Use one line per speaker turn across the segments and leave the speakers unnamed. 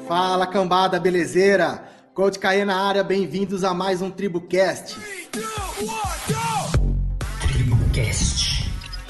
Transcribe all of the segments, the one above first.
Fala, cambada, belezeira? Coach Caê na área, bem-vindos a mais um TribuCast. TribuCast.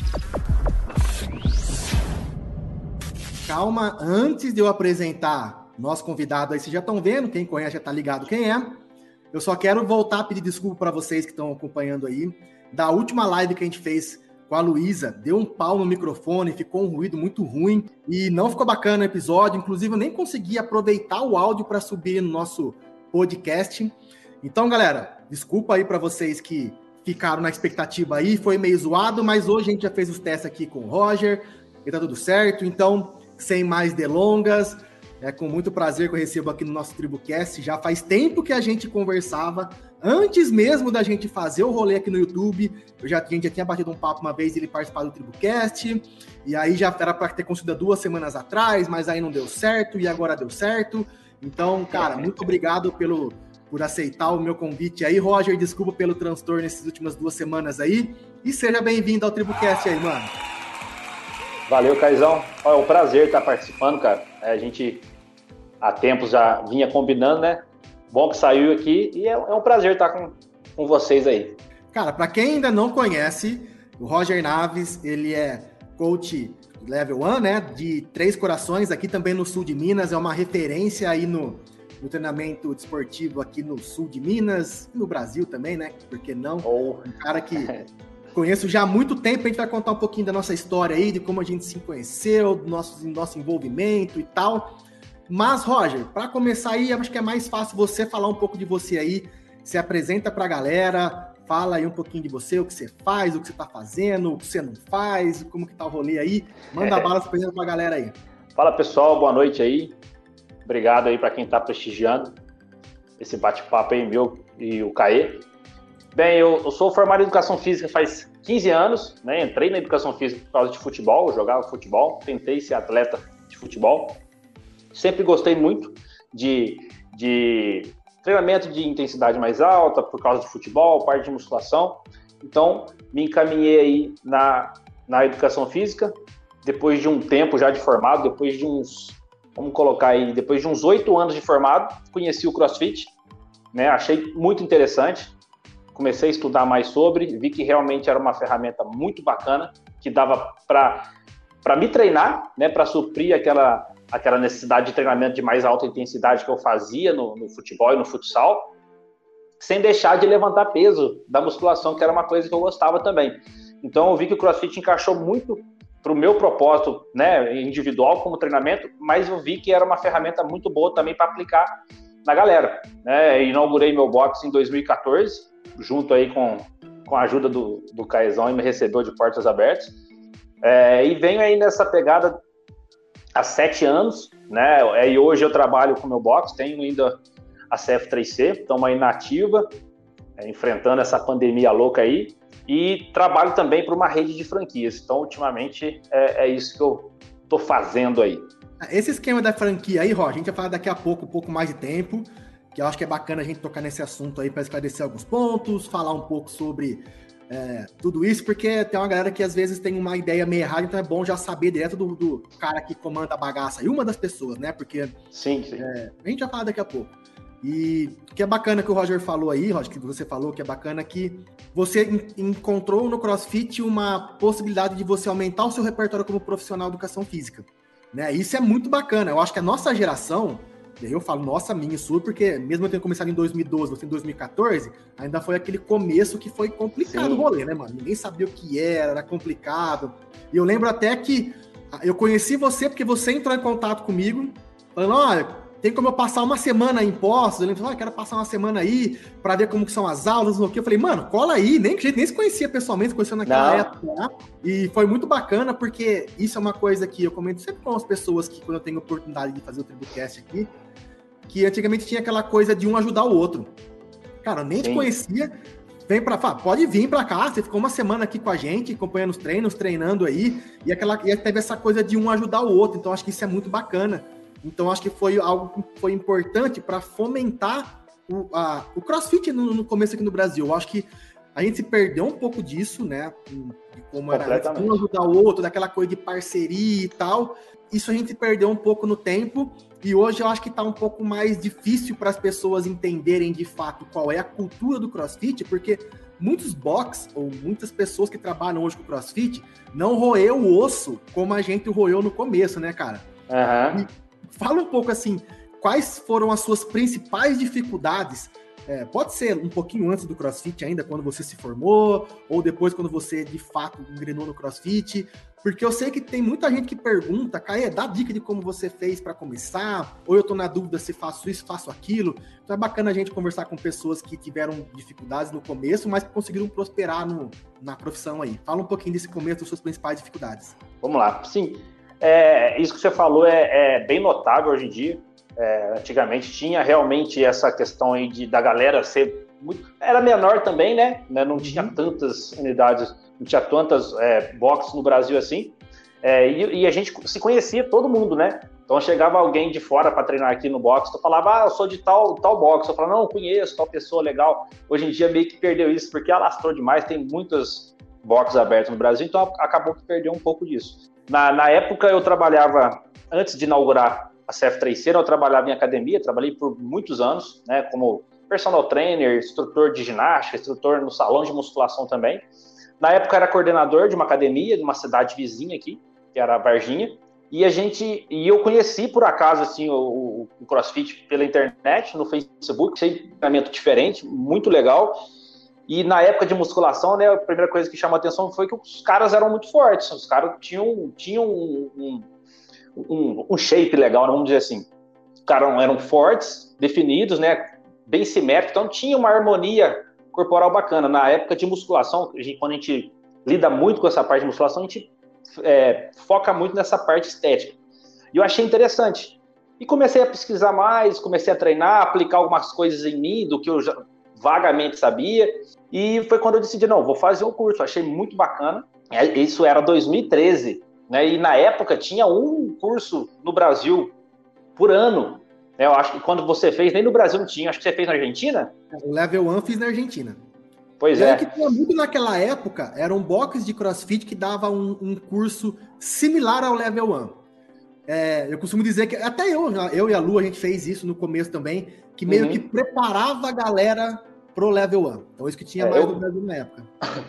Calma, antes de eu apresentar nosso convidado aí, vocês já estão vendo, quem conhece já está ligado quem é. Eu só quero voltar a pedir desculpa para vocês que estão acompanhando aí. Da última live que a gente fez com a Luísa, deu um pau no microfone, ficou um ruído muito ruim e não ficou bacana o episódio. Inclusive, eu nem consegui aproveitar o áudio para subir no nosso podcast. Então, galera, desculpa aí para vocês que ficaram na expectativa aí, foi meio zoado, mas hoje a gente já fez os testes aqui com o Roger e tá tudo certo. Então, sem mais delongas, é com muito prazer que eu recebo aqui no nosso TribuCast. Já faz tempo que a gente conversava, antes mesmo da gente fazer o rolê aqui no YouTube. A gente já tinha batido um papo uma vez, ele participar do TribuCast, e aí já era para ter conseguido 2 semanas atrás, mas aí não deu certo, e agora deu certo. Então, cara, muito obrigado por aceitar o meu convite aí. Roger, desculpa pelo transtorno nessas últimas 2 semanas aí, e seja bem-vindo ao TribuCast aí, mano.
Valeu, Caizão. É um prazer estar participando, cara. A gente há tempos já vinha combinando, né? Bom que saiu aqui e é um prazer estar com vocês aí.
Cara, para quem ainda não conhece, o Roger Naves, ele é coach level 1, né? De Três Corações, aqui também no sul de Minas. É uma referência aí no treinamento desportivo aqui no sul de Minas, e no Brasil também, né? Por que não? Um cara que conheço já há muito tempo. A gente vai contar um pouquinho da nossa história aí, de como a gente se conheceu, do nosso envolvimento e tal. Mas, Roger, para começar aí, acho que é mais fácil você falar um pouco de você aí, se apresenta para a galera, fala aí um pouquinho de você, o que você faz, o que você está fazendo, o que você não faz, como que tá o rolê aí. Manda bala, se apresenta para a galera aí.
Fala, pessoal, boa noite aí. Obrigado aí para quem está prestigiando esse bate-papo aí, meu e o Caê. Bem, eu sou formado em Educação Física faz 15 anos, né? Entrei na Educação Física por causa de futebol, eu jogava futebol, tentei ser atleta de futebol. Sempre gostei muito de treinamento de intensidade mais alta, por causa de futebol, parte de musculação. Então, me encaminhei aí na Educação Física, depois de um tempo já de formado, depois de uns 8 anos de formado, conheci o CrossFit, né? Achei muito interessante. Comecei a estudar mais sobre, vi que realmente era uma ferramenta muito bacana, que dava para me treinar, né, para suprir aquela necessidade de treinamento de mais alta intensidade que eu fazia no futebol e no futsal, sem deixar de levantar peso da musculação, que era uma coisa que eu gostava também. Então eu vi que o CrossFit encaixou muito para o meu propósito, né, individual como treinamento, mas eu vi que era uma ferramenta muito boa também para aplicar na galera, né? Inaugurei meu box em 2014, junto aí com a ajuda do Caezão, e me recebeu de portas abertas. E venho aí nessa pegada há 7 anos, né? E hoje eu trabalho com o meu box, tenho ainda a CF3C, estamos aí na ativa, enfrentando essa pandemia louca aí, e trabalho também para uma rede de franquias. Então, ultimamente, é isso que eu estou fazendo aí.
Esse esquema da franquia aí, Roger, a gente vai falar daqui a pouco, um pouco mais de tempo, que eu acho que é bacana a gente tocar nesse assunto aí para esclarecer alguns pontos, falar um pouco sobre tudo isso, porque tem uma galera que às vezes tem uma ideia meio errada, então é bom já saber direto do cara que comanda a bagaça, e uma das pessoas, né? Porque
sim.
A gente vai falar daqui a pouco. E o que é bacana que o Roger falou aí, Roger, que você falou, que é bacana que você encontrou no CrossFit uma possibilidade de você aumentar o seu repertório como profissional de educação física, né? Isso é muito bacana. Eu acho que a nossa geração, e aí eu falo nossa, minha e sua, porque mesmo eu tendo começado em 2012, você em 2014, ainda foi aquele começo que foi complicado. Sim. O rolê, né, mano? Ninguém sabia o que era complicado. E eu lembro até que eu conheci você porque você entrou em contato comigo, falando, olha, tem como eu passar uma semana em Poços? Eu lembro, quero passar uma semana aí pra ver como que são as aulas, não sei o quê. Eu falei, mano, cola aí, nem que a gente nem se conhecia pessoalmente, se conheceu naquela época, né? E foi muito bacana, porque isso é uma coisa que eu comento sempre com as pessoas que, quando eu tenho oportunidade de fazer o TribuCast aqui, que antigamente tinha aquela coisa de um ajudar o outro. Cara, eu nem te conhecia, pode vir pra cá, você ficou uma semana aqui com a gente, acompanhando os treinos, treinando aí, e teve essa coisa de um ajudar o outro, então acho que isso é muito bacana. Então, acho que foi algo que foi importante para fomentar o CrossFit no começo aqui no Brasil. Eu acho que a gente se perdeu um pouco disso, né? De como era um ajudar o outro, daquela coisa de parceria e tal. Isso a gente se perdeu um pouco no tempo. E hoje eu acho que está um pouco mais difícil para as pessoas entenderem de fato qual é a cultura do CrossFit, porque muitos box ou muitas pessoas que trabalham hoje com o CrossFit não roeu o osso como a gente roeu no começo, né, cara?
Uhum.
E fala um pouco assim, quais foram as suas principais dificuldades? Pode ser um pouquinho antes do CrossFit ainda, quando você se formou, ou depois quando você de fato engrenou no CrossFit, porque eu sei que tem muita gente que pergunta, Caê, dá dica de como você fez para começar, ou eu tô na dúvida se faço isso, faço aquilo. Então é bacana a gente conversar com pessoas que tiveram dificuldades no começo, mas que conseguiram prosperar na profissão aí. Fala um pouquinho desse começo, das suas principais dificuldades.
Vamos lá. Sim, isso que você falou é bem notável hoje em dia. Antigamente tinha realmente essa questão aí da galera ser muito... Era menor também, né? Não tinha tantas unidades, não tinha tantas boxes no Brasil assim. E a gente se conhecia todo mundo, né? Então chegava alguém de fora para treinar aqui no box, eu falava, eu sou de tal box. Eu falava, não, eu conheço tal pessoa, legal. Hoje em dia meio que perdeu isso, porque alastrou demais, tem muitas boxes abertas no Brasil, então acabou que perdeu um pouco disso. Na época eu trabalhava, antes de inaugurar a CF3C, eu trabalhava em academia, trabalhei por muitos anos, né, como personal trainer, instrutor de ginástica, instrutor no salão de musculação também. Na época era coordenador de uma academia, de uma cidade vizinha aqui, que era Varginha, e eu conheci por acaso assim o CrossFit pela internet, no Facebook, achei um treinamento diferente, muito legal. E na época de musculação, né, a primeira coisa que chamou a atenção foi que os caras eram muito fortes, os caras tinham um shape legal, vamos dizer assim. Os caras eram fortes, definidos, né, bem simétricos, então tinha uma harmonia corporal bacana. Na época de musculação, quando a gente lida muito com essa parte de musculação, a gente foca muito nessa parte estética. E eu achei interessante. E comecei a pesquisar mais, comecei a treinar, aplicar algumas coisas em mim, do que eu já vagamente sabia, e foi quando eu decidi, não, vou fazer um curso. Achei muito bacana. Isso era 2013, né? E na época tinha um curso no Brasil por ano. Eu acho que quando você fez, nem no Brasil não tinha. Acho que você fez na Argentina?
O Level 1 fiz na Argentina.
Pois
é. Que tinha muito naquela época, eram boxes de CrossFit que dava um curso similar ao Level 1. Eu costumo dizer que até eu e a Lu, a gente fez isso no começo também, que meio que preparava a galera pro Level 1. Então isso que tinha mais no Brasil na época.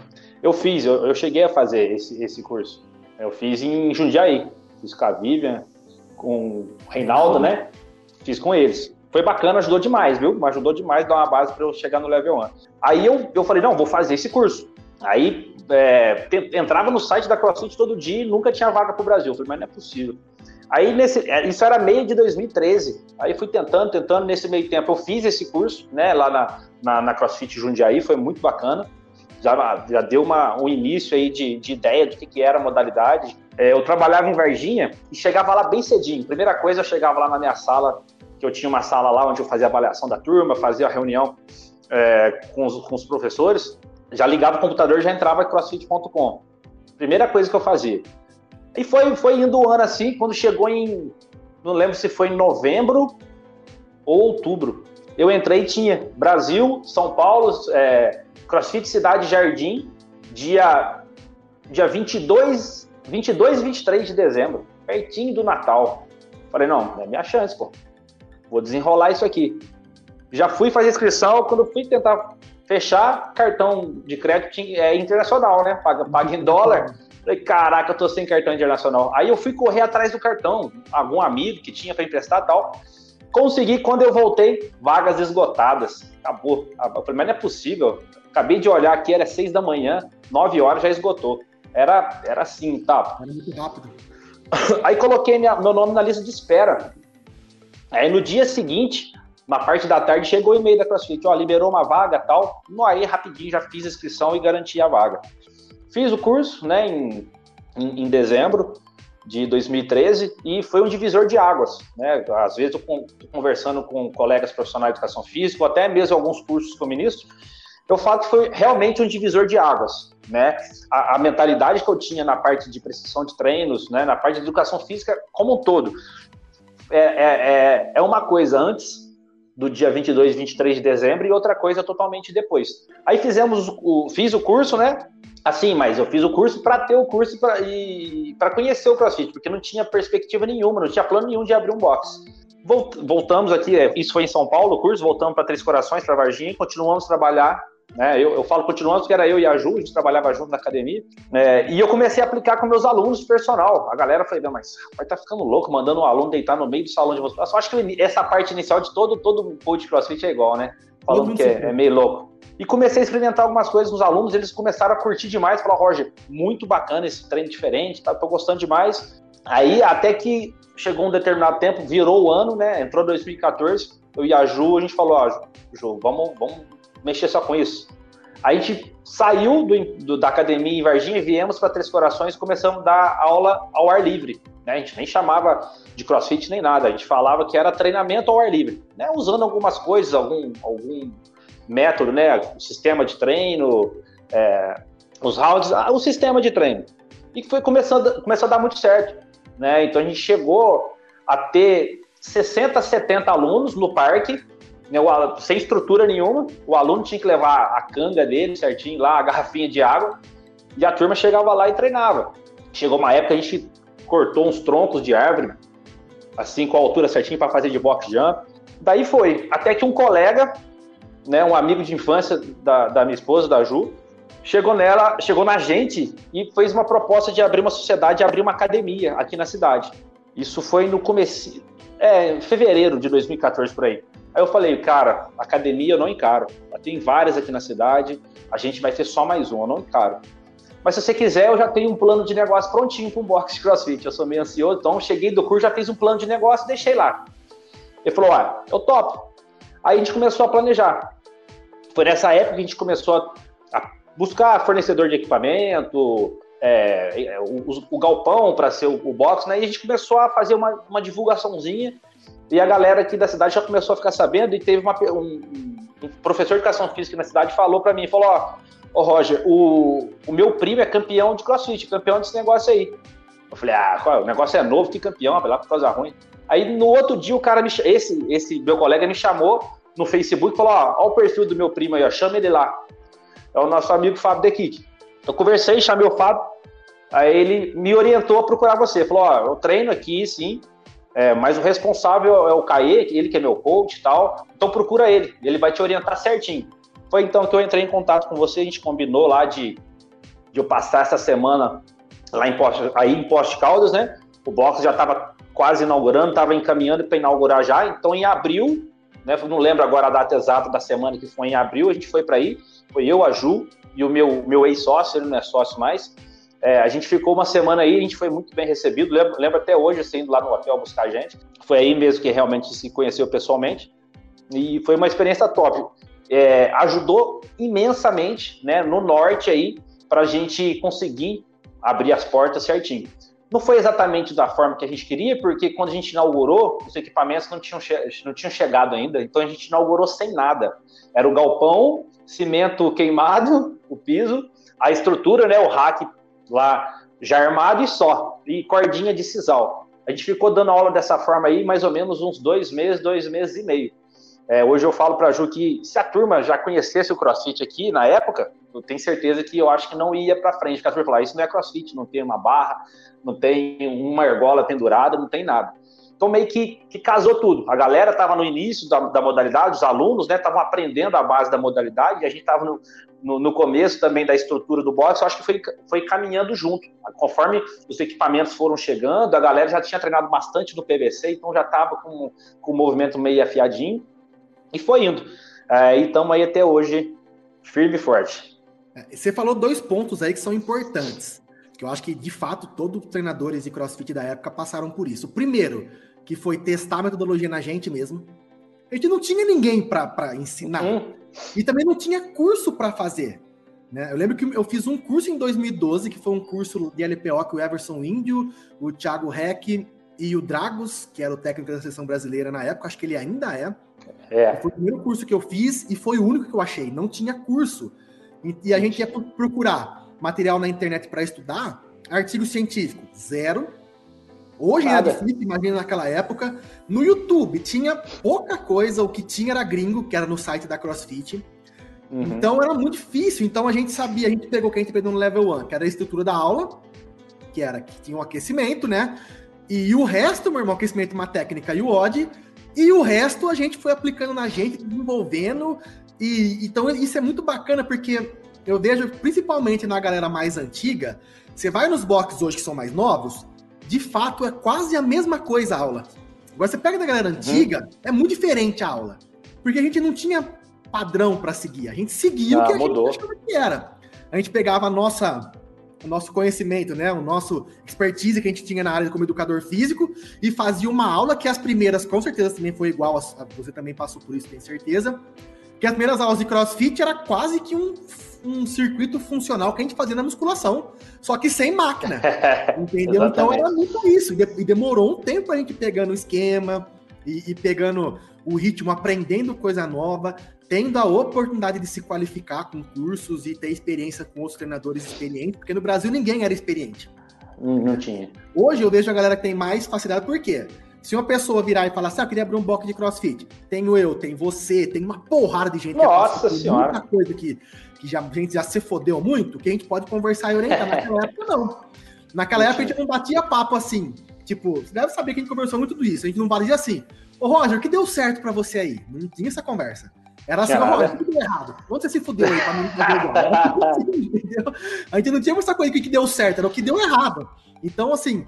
Eu cheguei a fazer esse curso. Eu fiz em Jundiaí. Fiz com a Vivian, com o Reinaldo, né? Fiz com eles. Foi bacana, ajudou demais, viu? Ajudou demais a dar uma base para eu chegar no Level 1. Aí eu falei, não, vou fazer esse curso. Aí entrava no site da CrossFit todo dia e nunca tinha vaga pro Brasil. Eu falei, mas não é possível. Aí, isso era meio de 2013. Aí fui tentando. Nesse meio tempo eu fiz esse curso, né, lá na CrossFit Jundiaí, foi muito bacana. Já deu um início aí de ideia do que era a modalidade. Eu trabalhava em Varginha e chegava lá bem cedinho. Primeira coisa, eu chegava lá na minha sala, que eu tinha uma sala lá onde eu fazia a avaliação da turma, fazia a reunião com os professores. Já ligava o computador, já entrava em crossfit.com. Primeira coisa que eu fazia. E foi indo o ano assim, quando chegou não lembro se foi em novembro ou outubro. Eu entrei e tinha Brasil, São Paulo, CrossFit Cidade Jardim, dia 22 e 23 de dezembro, pertinho do Natal. Falei, não, é minha chance, pô. Vou desenrolar isso aqui. Já fui fazer inscrição, quando fui tentar fechar, cartão de crédito internacional, né? Paga em dólar. Falei, caraca, eu tô sem cartão internacional. Aí eu fui correr atrás do cartão, algum amigo que tinha para emprestar e tal. Consegui, quando eu voltei, vagas esgotadas. Acabou. Eu falei, mas não é possível. Acabei de olhar aqui, era 6 da manhã, 9 horas já esgotou. Era assim, tá?
Era muito rápido.
Aí coloquei meu nome na lista de espera. Aí no dia seguinte, na parte da tarde, chegou o e-mail da CrossFit, liberou uma vaga e tal. Aí rapidinho já fiz a inscrição e garanti a vaga. Fiz o curso, né, em dezembro de 2013 e foi um divisor de águas, né? Às vezes eu tô conversando com colegas profissionais de educação física, ou até mesmo alguns cursos que eu ministro, eu falo que foi realmente um divisor de águas, né? A mentalidade que eu tinha na parte de prescrição de treinos, né, na parte de educação física como um todo, é uma coisa. Antes do dia 22 e 23 de dezembro e outra coisa totalmente depois. Aí fiz o curso, né? Assim, mas eu fiz o curso para ter o curso para conhecer o CrossFit, porque não tinha perspectiva nenhuma, não tinha plano nenhum de abrir um box. Voltamos aqui, isso foi em São Paulo o curso, voltamos para Três Corações, para Varginha, continuamos a trabalhar, né? Eu falo continuamos porque era eu e a Ju, a gente trabalhava junto na academia, e eu comecei a aplicar com meus alunos personal. A galera falou, mas vai tá ficando louco, mandando um aluno deitar no meio do salão de musculação. Acho que essa parte inicial de todo coach CrossFit é igual, né? Falando que é meio louco. E comecei a experimentar algumas coisas com os alunos, eles começaram a curtir demais, falaram, Roger, muito bacana esse treino diferente, tá? Tô gostando demais. Aí, até que chegou um determinado tempo, virou o ano, né? Entrou 2014, eu e a Ju, a gente falou, Ju, vamos mexer só com isso. Aí a gente saiu da academia em Varginha e viemos para Três Corações e começamos a dar aula ao ar livre, né? A gente nem chamava de CrossFit nem nada, a gente falava que era treinamento ao ar livre, né? Usando algumas coisas, algum método, né? O sistema de treino, os rounds, o sistema de treino. E começou a dar muito certo, né? Então a gente chegou a ter 60, 70 alunos no parque, né? Sem estrutura nenhuma. O aluno tinha que levar a canga dele certinho lá, a garrafinha de água, e a turma chegava lá e treinava. Chegou uma época a gente cortou uns troncos de árvore, assim, com a altura certinha para fazer de box jump. Daí foi, até que um colega, né, um amigo de infância da minha esposa, da Ju, chegou na gente e fez uma proposta de abrir uma sociedade, de abrir uma academia aqui na cidade. Isso foi no começo, fevereiro de 2014, por aí. Aí eu falei, cara, academia eu não encaro. Tem várias aqui na cidade, a gente vai ter só mais uma, eu não encaro. Mas se você quiser, eu já tenho um plano de negócio prontinho para um box de CrossFit. Eu sou meio ansioso, então cheguei do curso, já fiz um plano de negócio e deixei lá. Ele falou, eu topo. Aí a gente começou a planejar. Foi nessa época que a gente começou a buscar fornecedor de equipamento, o galpão para ser o box, né? E a gente começou a fazer uma divulgaçãozinha e a galera aqui da cidade já começou a ficar sabendo e teve um professor de educação física na cidade falou para mim, falou, Roger, o meu primo é campeão de CrossFit, campeão desse negócio aí. Eu falei, o negócio é novo, que campeão, vai lá por causa ruim. Aí no outro dia o cara, esse meu colega me chamou no Facebook e falou, ó o perfil do meu primo aí, chama ele lá. É o nosso amigo Fábio Dekik. Eu conversei, chamei o Fábio, aí ele me orientou a procurar você. Falou, eu treino aqui, sim, mas o responsável é o Caê, ele que é meu coach e tal, então procura ele vai te orientar certinho. Foi então que eu entrei em contato com você, a gente combinou lá de eu passar essa semana lá em Poços de Caldas, né? O box já estava quase inaugurando, estava encaminhando para inaugurar já, então em abril, né? Não lembro agora a data exata da semana que foi em abril, a gente foi para aí, foi eu, a Ju e o meu ex-sócio, ele não é sócio mais. A gente ficou uma semana aí, a gente foi muito bem recebido, lembro até hoje, você indo lá no hotel buscar a gente, foi aí mesmo que realmente se conheceu pessoalmente, e foi uma experiência top. Ajudou imensamente, né, no norte aí, para a gente conseguir abrir as portas certinho. Não foi exatamente da forma que a gente queria, porque quando a gente inaugurou, os equipamentos não tinham chegado ainda, então a gente inaugurou sem nada. Era o galpão, cimento queimado, o piso, a estrutura, né, o rack lá já armado e só, e cordinha de sisal. A gente ficou dando aula dessa forma aí mais ou menos uns 2 meses e meio. Hoje eu falo para a Ju que se a turma já conhecesse o CrossFit aqui na época, eu tenho certeza que eu acho que não ia para frente, porque a turma ia falar, isso não é CrossFit, não tem uma barra, não tem uma argola pendurada, não tem nada. Então meio que casou tudo. A galera estava no início da modalidade, os alunos, né, estavam aprendendo a base da modalidade, e a gente estava no começo também da estrutura do boxe. Eu acho que foi caminhando junto. Conforme os equipamentos foram chegando, a galera já tinha treinado bastante no PVC, então já estava com o movimento meio afiadinho, e foi indo. E estamos aí até hoje, firme e forte.
Você falou 2 pontos aí que são importantes, que eu acho que, de fato, todos os treinadores de CrossFit da época passaram por isso. O primeiro, que foi testar a metodologia na gente mesmo. A gente não tinha ninguém para ensinar. E também não tinha curso para fazer. Né? Eu lembro que eu fiz um curso em 2012, que foi um curso de LPO que o Everson Índio, o Thiago Heck e o Dragos, que era o técnico da seleção brasileira na época, acho que ele ainda é. Foi o primeiro curso que eu fiz e foi o único que eu achei. Não tinha curso. E a gente ia procurar material na internet para estudar, artigo científico, 0. Hoje era difícil, imagina naquela época. No YouTube tinha pouca coisa, o que tinha era gringo, que era no site da CrossFit. Então era muito difícil. Então a gente sabia, a gente pegou o que a gente pegou no Level 1, que era a estrutura da aula, que tinha um aquecimento, né? E o resto, meu irmão, aquecimento, uma técnica e o odd. E o resto a gente foi aplicando na gente, desenvolvendo. Então isso é muito bacana, porque eu vejo, principalmente na galera mais antiga, você vai nos boxes hoje que são mais novos, de fato é quase a mesma coisa a aula. Agora você pega da galera antiga, é muito diferente a aula. Porque a gente não tinha padrão para seguir, a gente seguia o que a gente achava que era. A gente pegava o nosso conhecimento, né, o nosso expertise que a gente tinha na área como educador físico e fazia uma aula que as primeiras, com certeza, também foi igual, você também passou por isso, tenho certeza, que as primeiras aulas de CrossFit era quase que um circuito funcional que a gente fazia na musculação, só que sem máquina, entendeu? Então era muito isso, e demorou um tempo a gente pegando o esquema e pegando o ritmo, aprendendo coisa nova, tendo a oportunidade de se qualificar com cursos e ter experiência com outros treinadores experientes, porque no Brasil ninguém era experiente.
Não tinha.
Hoje eu vejo a galera que tem mais facilidade, por quê? Se uma pessoa virar e falar assim, eu queria abrir um box de CrossFit, tenho eu, tem você, tem uma porrada de gente
Nossa senhora.
Muita coisa que a gente já se fodeu muito, que a gente pode conversar e orientar. Naquela época, não. Naquela época a gente não batia papo assim, tipo, você deve saber que a gente conversou muito disso, a gente não batia assim, ô Roger, o que deu certo pra você aí? Não tinha essa conversa. Era assim, ó, Roger, o que deu errado? Onde você se fudeu aí pra mim fazer igual? Entendeu? A gente não tinha essa coisa que deu certo, era o que deu errado. Então, assim,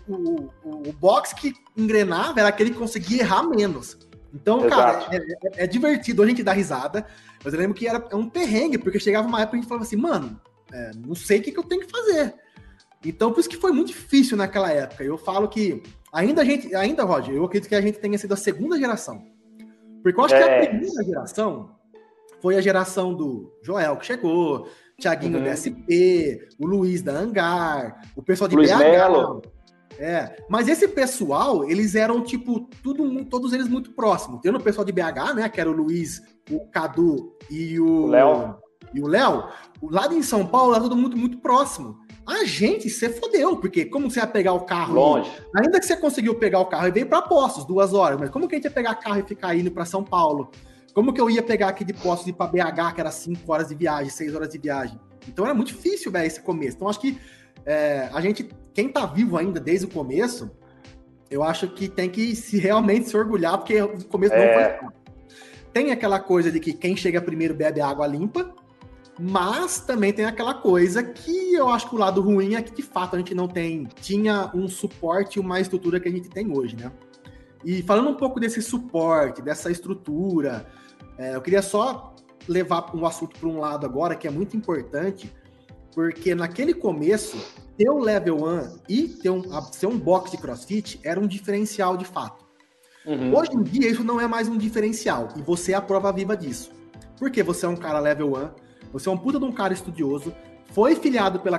o boxe que engrenava era aquele que conseguia errar menos. Então, cara, é divertido, a gente dá risada, mas eu lembro que era um perrengue, porque chegava uma época que a gente falava assim, mano, não sei o que eu tenho que fazer. Então, por isso que foi muito difícil naquela época. Eu falo que ainda, Roger, eu acredito que a gente tenha sido a segunda geração. Porque eu acho que a primeira geração foi a geração do Joel, que chegou, Thiaguinho da SP, o Luiz da Hangar, o pessoal de
Luiz
BH.
Melo.
Mas esse pessoal, eles eram, tipo, todos eles muito próximos. Tendo o pessoal de BH, né, que era o Luiz, o Cadu e o Léo, lá em São Paulo era todo mundo muito próximo. A gente, você fodeu, porque como você ia pegar o carro...
Longe.
Ainda que você conseguiu pegar o carro e veio para Poços, 2 horas, mas como que a gente ia pegar carro e ficar indo para São Paulo? Como que eu ia pegar aqui de Poços e ir para BH, que era 5 horas de viagem, 6 horas de viagem? Então era muito difícil, velho, esse começo. Então acho que a gente, quem tá vivo ainda desde o começo, eu acho que tem que realmente se orgulhar, porque o começo não foi fácil. Tem aquela coisa de que quem chega primeiro bebe água limpa, mas também tem aquela coisa que eu acho que o lado ruim é que, de fato, a gente não tinha um suporte e uma estrutura que a gente tem hoje, né? E falando um pouco desse suporte, dessa estrutura, eu queria só levar um assunto para um lado agora, que é muito importante, porque naquele começo, ter o Level 1 e ser um box de CrossFit era um diferencial de fato. Hoje em dia, isso não é mais um diferencial, e você é a prova viva disso. Porque você é um cara Level 1, você é um puta de um cara estudioso, foi filiado pela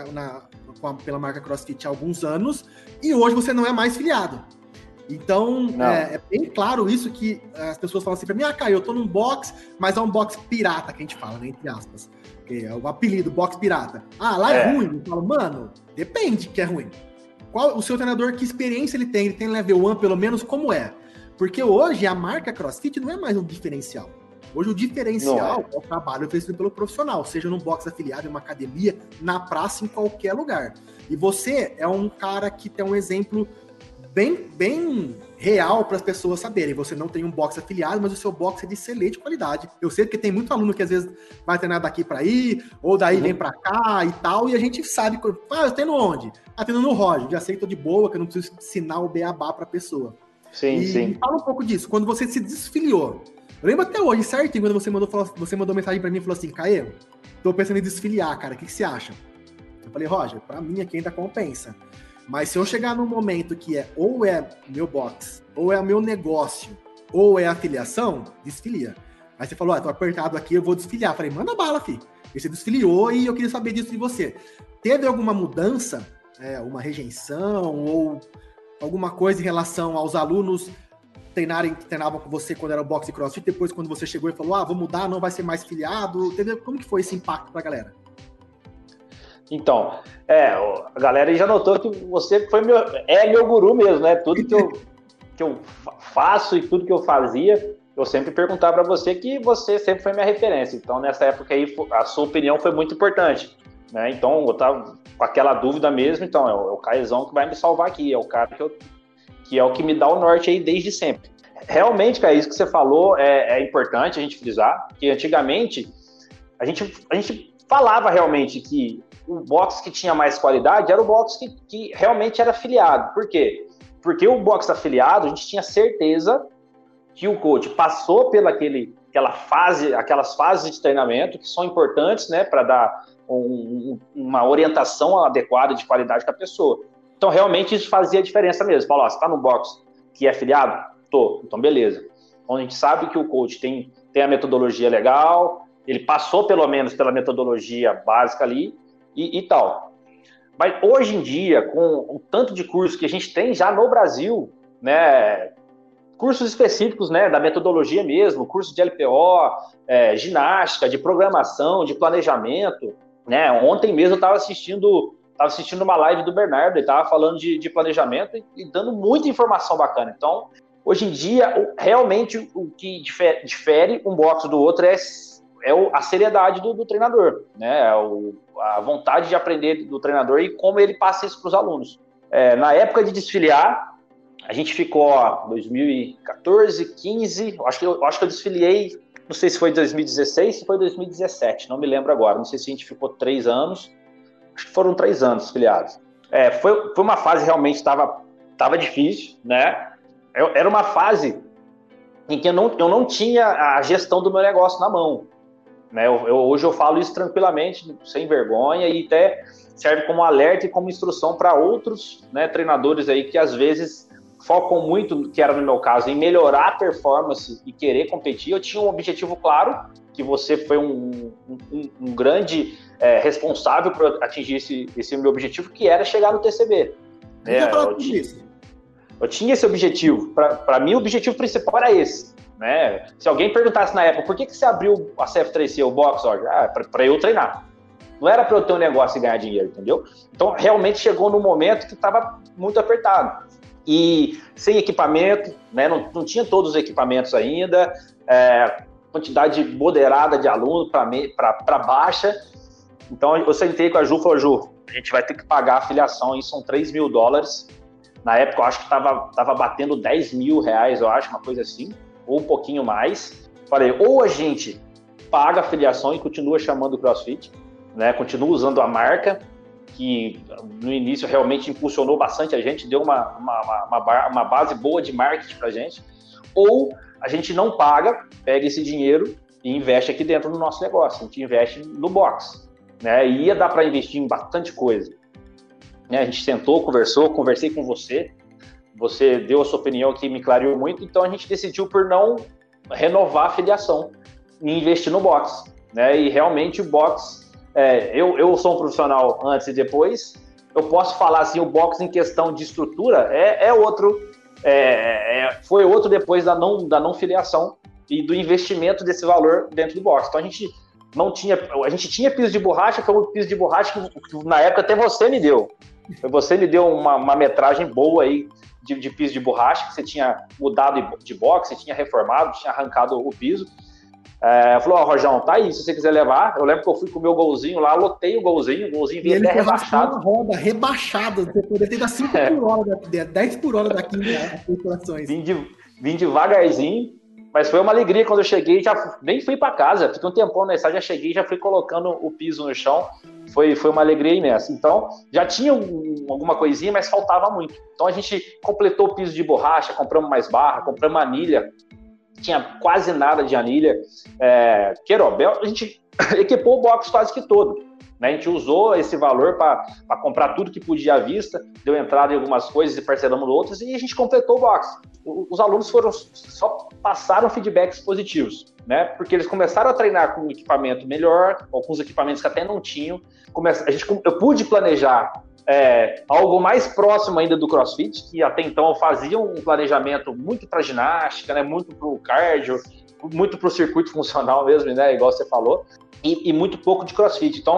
marca CrossFit há alguns anos, e hoje você não é mais filiado. Então, é bem claro isso que as pessoas falam assim pra mim, Caio, eu tô num box, mas é um box pirata, que a gente fala, né, entre aspas. Que é o apelido, box pirata. Lá é ruim. Eu falo, mano, depende que é ruim. Qual o seu treinador, que experiência ele tem? Ele tem Level 1, pelo menos, como é? Porque hoje a marca CrossFit não é mais um diferencial. Hoje o diferencial é o trabalho oferecido pelo profissional, seja num box afiliado, em uma academia, na praça, em qualquer lugar. E você é um cara que tem um exemplo bem real para as pessoas saberem. Você não tem um box afiliado, mas o seu box é de excelente qualidade. Eu sei que tem muito aluno que às vezes vai treinar daqui para aí, ou daí vem para cá e tal, e a gente sabe, eu treino onde? Treino no Roger, já sei que tô de boa, que eu não preciso ensinar o beabá para a pessoa.
Sim.
Fala um pouco disso, quando você se desfiliou. Eu lembro até hoje, certinho, quando você mandou mensagem pra mim e falou assim, Caê, tô pensando em desfiliar, cara, o que você acha? Eu falei, Roger, pra mim aqui ainda compensa. Mas se eu chegar num momento que ou é meu box, ou é meu negócio, ou é afiliação, desfilia. Aí você falou, tô apertado aqui, eu vou desfiliar. Eu falei, manda bala, filho. E você desfiliou e eu queria saber disso de você. Teve alguma mudança, uma rejeição, ou alguma coisa em relação aos alunos que treinavam com você quando era o boxe e CrossFit, depois quando você chegou e falou, vou mudar, não vai ser mais filiado, entendeu? Como que foi esse impacto pra galera?
Então, a galera já notou que você foi meu guru mesmo, né? Tudo que eu faço e tudo que eu fazia, eu sempre perguntava para você que você sempre foi minha referência. Então, nessa época aí, a sua opinião foi muito importante, né? Então, eu tava com aquela dúvida mesmo, então, é o Caizão que vai me salvar aqui, é o cara que é o que me dá o norte aí desde sempre. Realmente, cara, isso que você falou é importante a gente frisar, que antigamente a gente falava realmente que o box que tinha mais qualidade era o box que realmente era afiliado. Por quê? Porque o box afiliado, a gente tinha certeza que o coach passou aquelas fases de treinamento que são importantes, né, para dar uma orientação adequada de qualidade para a pessoa. Então, realmente, isso fazia diferença mesmo. Falou, você está no box que é afiliado? Tô. Então, beleza. Então, a gente sabe que o coach tem a metodologia legal, ele passou, pelo menos, pela metodologia básica ali e tal. Mas, hoje em dia, com o tanto de cursos que a gente tem já no Brasil, né, cursos específicos, né, da metodologia mesmo, curso de LPO, ginástica, de programação, de planejamento, né? Ontem mesmo eu estava assistindo uma live do Bernardo, ele estava falando de planejamento e dando muita informação bacana. Então, hoje em dia, realmente o que difere um box do outro é a seriedade do treinador, né? A vontade de aprender do treinador e como ele passa isso para os alunos. Na época de desfiliar, a gente ficou 2014, 15, acho que eu desfiliei, não sei se foi 2016, se foi 2017, não me lembro agora, não sei se a gente ficou 3 anos, acho que foram 3 anos filiados. Foi uma fase realmente estava difícil, né? Era uma fase em que eu não tinha a gestão do meu negócio na mão, né? Hoje eu falo isso tranquilamente, sem vergonha, e até serve como alerta e como instrução para outros, né, treinadores aí que às vezes focam muito, que era no meu caso, em melhorar a performance e querer competir. Eu tinha um objetivo claro, que você foi um grande responsável por atingir esse meu objetivo, que era chegar no TCB. Eu tinha esse objetivo. Para mim, o objetivo principal era esse. Né? Se alguém perguntasse na época, por que você abriu a CF3C, o box, para eu treinar. Não era para eu ter um negócio e ganhar dinheiro, entendeu? Então, realmente chegou num momento que estava muito apertado. E sem equipamento, né? Não tinha todos os equipamentos ainda, quantidade moderada de alunos para baixa. Então, eu sentei com a Ju e falei, Ju, a gente vai ter que pagar a filiação, e são $3 mil. Na época, eu acho que estava batendo R$10 mil, eu acho, uma coisa assim, ou um pouquinho mais. Falei, ou a gente paga a filiação e continua chamando o CrossFit, né? Continua usando a marca, que no início realmente impulsionou bastante a gente, deu uma base boa de marketing pra gente, ou a gente não paga, pega esse dinheiro e investe aqui dentro do nosso negócio, a gente investe no box, né? E ia dar para investir em bastante coisa, né? A gente sentou, conversei com você deu a sua opinião que me clareou muito, então a gente decidiu por não renovar a filiação e investir no box, né? E realmente o box, eu sou um profissional antes e depois, eu posso falar assim, o box em questão de estrutura foi outro depois da não filiação e do investimento desse valor dentro do box. Então a gente tinha piso de borracha, que é um piso de borracha que na época até você me deu. Você me deu uma metragem boa aí de piso de borracha, que você tinha mudado de box, você tinha reformado, tinha arrancado o piso. Falou, Rojão, tá aí, se você quiser levar. Eu lembro que eu fui com o meu golzinho lá, lotei o golzinho vinha até rebaixado.
Uma roda rebaixada, você poderia ter dado 5 por hora, 10 por hora daqui, né?
Vim devagarzinho, mas foi uma alegria quando eu cheguei, já nem fui para casa, fiquei um tempão na estrada, já cheguei, já fui colocando o piso no chão, foi uma alegria imensa. Então, já tinha alguma coisinha, mas faltava muito. Então, a gente completou o piso de borracha, compramos mais barra, compramos anilha, tinha quase nada de anilha. Querobel, a gente equipou o box quase que todo, né? A gente usou esse valor para comprar tudo que podia à vista, deu entrada em algumas coisas e parcelamos outras, e a gente completou o box. Os alunos só passaram feedbacks positivos, né? Porque eles começaram a treinar com um equipamento melhor, alguns equipamentos que até não tinham. Eu pude planejar algo mais próximo ainda do CrossFit, que até então eu fazia um planejamento muito para ginástica, né? Muito para o cardio, muito para o circuito funcional mesmo, né? Igual você falou, e muito pouco de CrossFit. Então,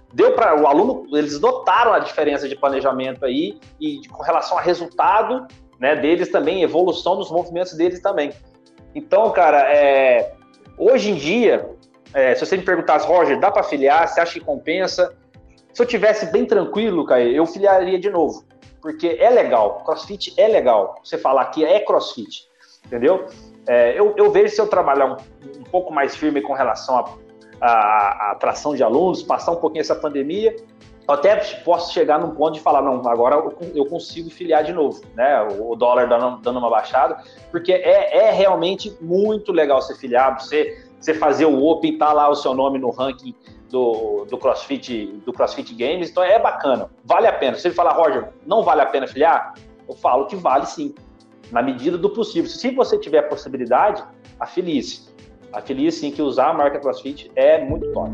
deu para o aluno, eles notaram a diferença de planejamento aí e com relação a resultado, né, deles também, evolução dos movimentos deles também. Então, cara, hoje em dia, se você me perguntasse, Roger, dá para filiar? Você acha que compensa? Se eu tivesse bem tranquilo, Caio, eu filiaria de novo, porque é legal, CrossFit é legal, você falar que é CrossFit, entendeu? Eu vejo se eu trabalhar um pouco mais firme com relação à atração de alunos, passar um pouquinho essa pandemia, eu até posso chegar num ponto de falar, não, agora eu consigo filiar de novo, né? O dólar dando uma baixada, porque é realmente muito legal você filiar, você fazer o Open, tá lá o seu nome no ranking do CrossFit Games, então é bacana, vale a pena. Se ele falar, Roger, não vale a pena filiar? Eu falo que vale sim, na medida do possível. Se você tiver a possibilidade, afilie-se. Afilie-se sim, que usar a marca CrossFit é muito top.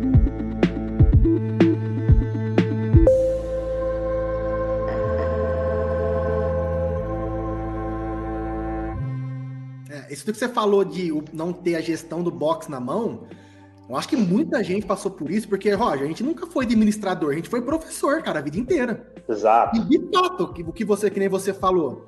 Isso que você falou de não ter a gestão do box na mão, eu acho que muita gente passou por isso, porque, Roger, a gente nunca foi administrador, a gente foi professor, cara, a vida inteira.
Exato.
E de fato, que nem você falou,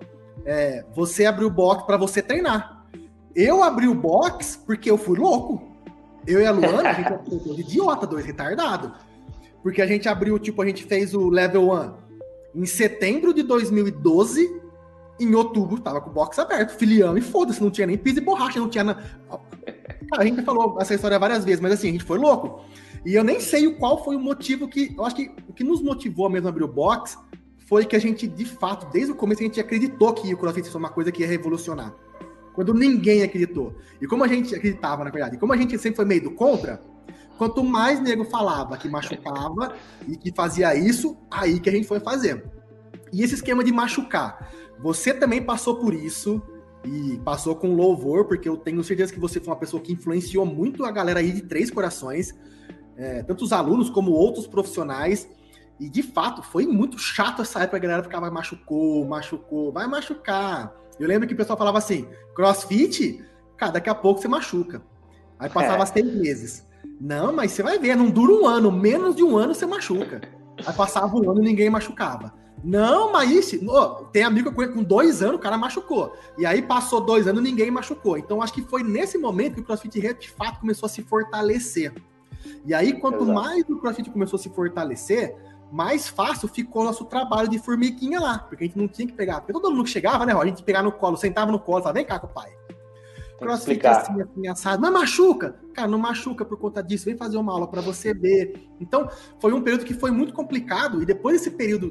você abriu o box para você treinar. Eu abri o box porque eu fui louco. Eu e a Luana, a gente é dois idiota, dois retardados. Porque a gente abriu, a gente fez o Level 1 em setembro de 2012, em outubro tava com o box aberto, filiamos e foda-se, não tinha nem piso e borracha, não tinha nada. Cara, a gente falou essa história várias vezes, mas assim, a gente foi louco. E eu nem sei qual foi o motivo eu acho que o que nos motivou mesmo a abrir o box foi que a gente, de fato, desde o começo, a gente acreditou que o CrossFit foi uma coisa que ia revolucionar. Quando ninguém acreditou. E como a gente acreditava, na verdade, e como a gente sempre foi meio do contra, quanto mais nego falava que machucava e que fazia isso, aí que a gente foi fazer. E esse esquema de machucar, você também passou por isso e passou com louvor, porque eu tenho certeza que você foi uma pessoa que influenciou muito a galera aí de Três Corações, tanto os alunos como outros profissionais, e de fato foi muito chato essa época, a galera ficava machucou, vai machucar. Eu lembro que o pessoal falava assim, CrossFit, cara, daqui a pouco você machuca. Aí passava 6 meses. Não, mas você vai ver, não dura um ano, menos de um ano você machuca. Aí passava um ano e ninguém machucava. Não, mas isso, tem amigo que eu com 2 anos, o cara machucou. E aí passou 2 anos, ninguém machucou. Então acho que foi nesse momento que o CrossFit de fato começou a se fortalecer. E aí, quanto mais o CrossFit começou a se fortalecer, mais fácil ficou o nosso trabalho de formiguinha lá. Porque a gente não tinha que pegar. Porque todo mundo que chegava, né, a gente pegava no colo, sentava no colo, falava, vem cá com o pai. CrossFit assim, assado. Mas machuca? Cara, não machuca por conta disso. Vem fazer uma aula para você ver. Então, foi um período que foi muito complicado. E depois desse período,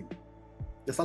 dessa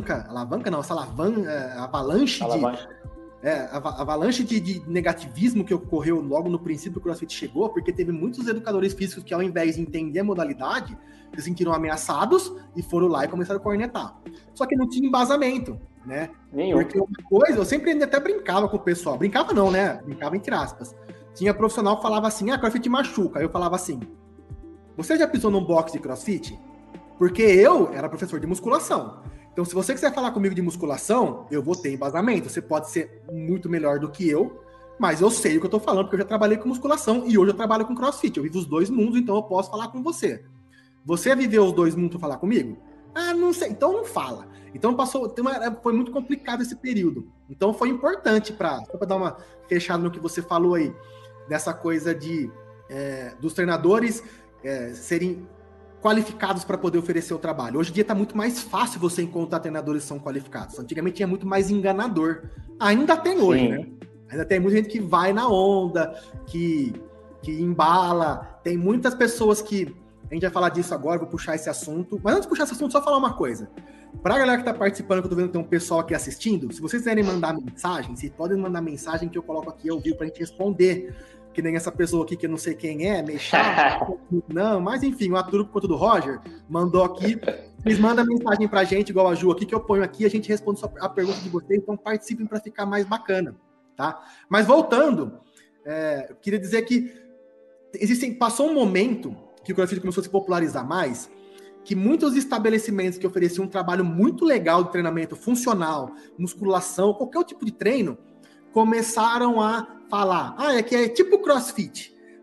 avalanche de negativismo que ocorreu logo no princípio que o CrossFit chegou, porque teve muitos educadores físicos que, ao invés de entender a modalidade, se sentiram ameaçados e foram lá e começaram a cornetar. Só que não tinha embasamento, né?
Nenhum.
Porque uma coisa, eu sempre até brincava com o pessoal. Brincava não, né? Brincava entre aspas. Tinha profissional que falava assim, CrossFit machuca. Aí eu falava assim, você já pisou num box de CrossFit? Porque eu era professor de musculação. Então, se você quiser falar comigo de musculação, eu vou ter embasamento. Você pode ser muito melhor do que eu, mas eu sei o que eu tô falando, porque eu já trabalhei com musculação e hoje eu trabalho com CrossFit. Eu vivo os dois mundos, então eu posso falar com você. Você viveu os dois mundos para falar comigo? Ah, não sei. Então não fala. Então foi muito complicado esse período. Então foi importante só para dar uma fechada no que você falou aí, dessa coisa dos treinadores serem qualificados para poder oferecer o trabalho. Hoje em dia está muito mais fácil você encontrar treinadores que são qualificados. Antigamente tinha muito mais enganador. Ainda tem hoje, Sim. né? Ainda tem muita gente que vai na onda, que embala. Tem muitas pessoas que... A gente vai falar disso agora, vou puxar esse assunto. Mas antes de puxar esse assunto, só falar uma coisa. Para a galera que está participando, que eu tô vendo que tem um pessoal aqui assistindo, se vocês quiserem mandar mensagem, vocês podem mandar mensagem que eu coloco aqui ao vivo para a gente responder. Que nem essa pessoa aqui que eu não sei quem é, meio chato. Não, mas enfim, o Arthur, por conta do Roger, mandou aqui. Vocês mandam mensagem pra gente, igual a Ju aqui, que eu ponho aqui, a gente responde só a pergunta de vocês, então participem para ficar mais bacana, tá? Mas voltando, eu queria dizer que passou um momento que o CrossFit começou a se popularizar mais, que muitos estabelecimentos que ofereciam um trabalho muito legal de treinamento funcional, musculação, qualquer tipo de treino, começaram a falar, que é tipo CrossFit.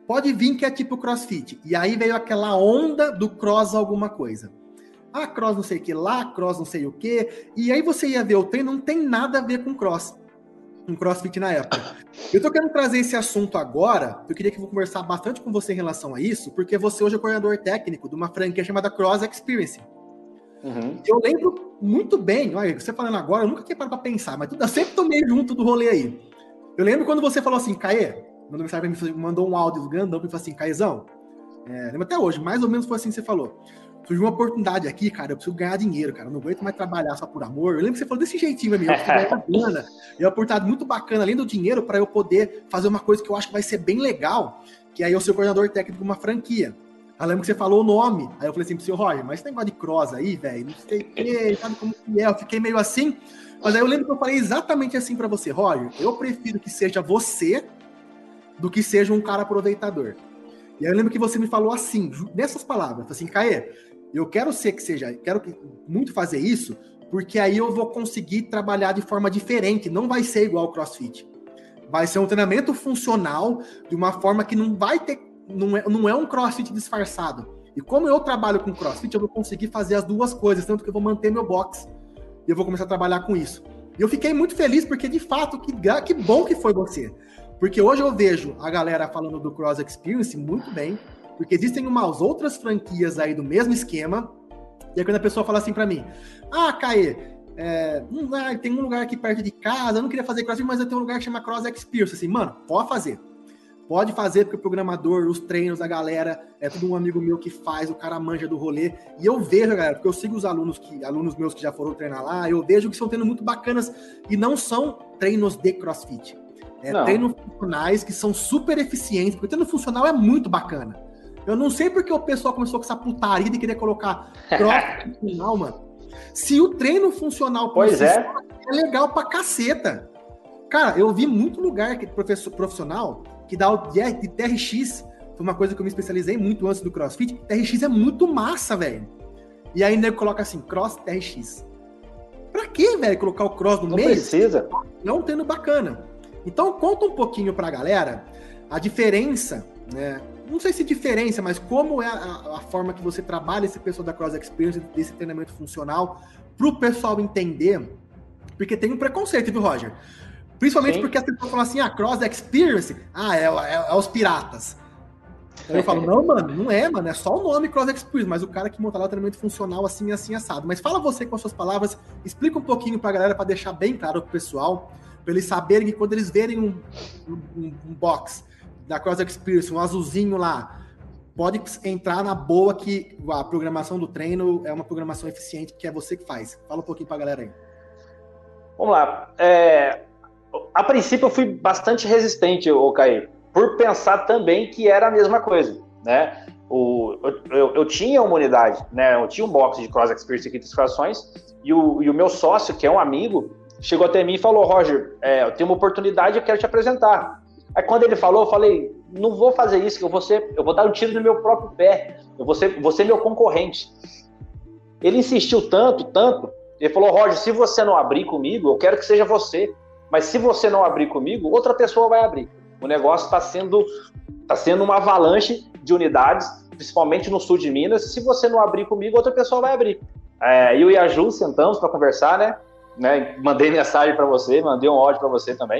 pode vir que é tipo CrossFit. E aí veio aquela onda do cross alguma coisa. Ah, cross não sei o que lá, cross não sei o que. E aí você ia ver o treino, não tem nada a ver com cross. Com CrossFit na época. Eu tô querendo trazer esse assunto agora, eu queria que eu vou conversar bastante com você em relação a isso, porque você hoje é coordenador técnico de uma franquia chamada Cross Experience.
Uhum.
Eu lembro muito bem, olha, você falando agora, eu nunca tinha parado pra pensar, mas eu sempre tomei junto do rolê aí. Eu lembro quando você falou assim, Caê, mandou um áudio grandão pra mim e falou assim, Caezão, lembro até hoje, mais ou menos foi assim que você falou. Surgiu uma oportunidade aqui, cara, eu preciso ganhar dinheiro, cara, eu não aguento mais trabalhar só por amor. Eu lembro que você falou desse jeitinho pra mim, eu preciso ganhar grana. E é uma oportunidade muito bacana, além do dinheiro, para eu poder fazer uma coisa que eu acho que vai ser bem legal, que aí eu sou coordenador técnico de uma franquia. Eu lembro que você falou o nome, aí eu falei assim pro seu Roger, mas esse negócio de cross aí, velho, não sei o que, sabe como que é, eu fiquei meio assim, mas aí eu lembro que eu falei exatamente assim pra você, Roger, eu prefiro que seja você do que seja um cara aproveitador. E aí eu lembro que você me falou assim, nessas palavras, assim, Caê, eu quero muito fazer isso, porque aí eu vou conseguir trabalhar de forma diferente, não vai ser igual ao CrossFit. Vai ser um treinamento funcional, de uma forma que não vai ter, não é um CrossFit disfarçado. E como eu trabalho com CrossFit, eu vou conseguir fazer as duas coisas, tanto que eu vou manter meu box, e eu vou começar a trabalhar com isso. E eu fiquei muito feliz, porque de fato, que bom que foi você. Porque hoje eu vejo a galera falando do Cross Experience muito bem, porque existem umas outras franquias aí do mesmo esquema, e aí quando a pessoa fala assim pra mim, Caê, tem um lugar aqui perto de casa, eu não queria fazer CrossFit, mas eu tenho um lugar que chama Cross Experience, assim, mano, pode fazer, porque o programador, os treinos, a galera, é tudo um amigo meu que faz, o cara manja do rolê, e eu vejo, galera, porque eu sigo os alunos meus que já foram treinar lá, eu vejo que são treinos muito bacanas, e não são treinos de CrossFit, treinos funcionais que são super eficientes, porque o treino funcional é muito bacana. Eu não sei porque o pessoal começou com essa putaria de querer colocar cross funcional, mano. Se o treino funcional é legal pra caceta. Cara, eu vi muito lugar que profissional que dá o de TRX. Foi uma coisa que eu me especializei muito antes do CrossFit. TRX é muito massa, velho. E aí o nego coloca assim, Cross TRX. Pra que, velho, colocar o cross no meio?
Não precisa.
É um treino bacana. Então conta um pouquinho pra galera a diferença, né? Não sei se diferença, mas como é a forma que você trabalha esse pessoal da Cross Experience, desse treinamento funcional, para o pessoal entender, porque tem um preconceito, viu, Roger? Principalmente porque as pessoas falam assim, Cross Experience, é os piratas. Então eu falo, não, mano, não é, mano, é só o nome Cross Experience, mas o cara que monta lá o treinamento funcional assim, assim, assado. Mas fala você com as suas palavras, explica um pouquinho pra galera, para deixar bem claro pro pessoal, para eles saberem que quando eles verem um box da Cross Experience, um azulzinho lá, pode entrar na boa que a programação do treino é uma programação eficiente, que é você que faz. Fala um pouquinho pra galera aí.
Vamos lá. A princípio eu fui bastante resistente, Caí, por pensar também que era a mesma coisa, né? Eu tinha uma unidade, né? Eu tinha um box de Cross Experience aqui dos Corações, e o meu sócio, que é um amigo, chegou até mim e falou, Roger, eu tenho uma oportunidade, eu quero te apresentar. Aí quando ele falou, eu falei, não vou fazer isso, que eu vou dar um tiro no meu próprio pé, eu vou ser meu concorrente. Ele insistiu tanto, ele falou, Roger, se você não abrir comigo, eu quero que seja você, mas se você não abrir comigo, outra pessoa vai abrir. O negócio está sendo uma avalanche de unidades, principalmente no sul de Minas, se você não abrir comigo, outra pessoa vai abrir. Eu e a Ju sentamos para conversar, né? Mandei mensagem para você, mandei um áudio para você também.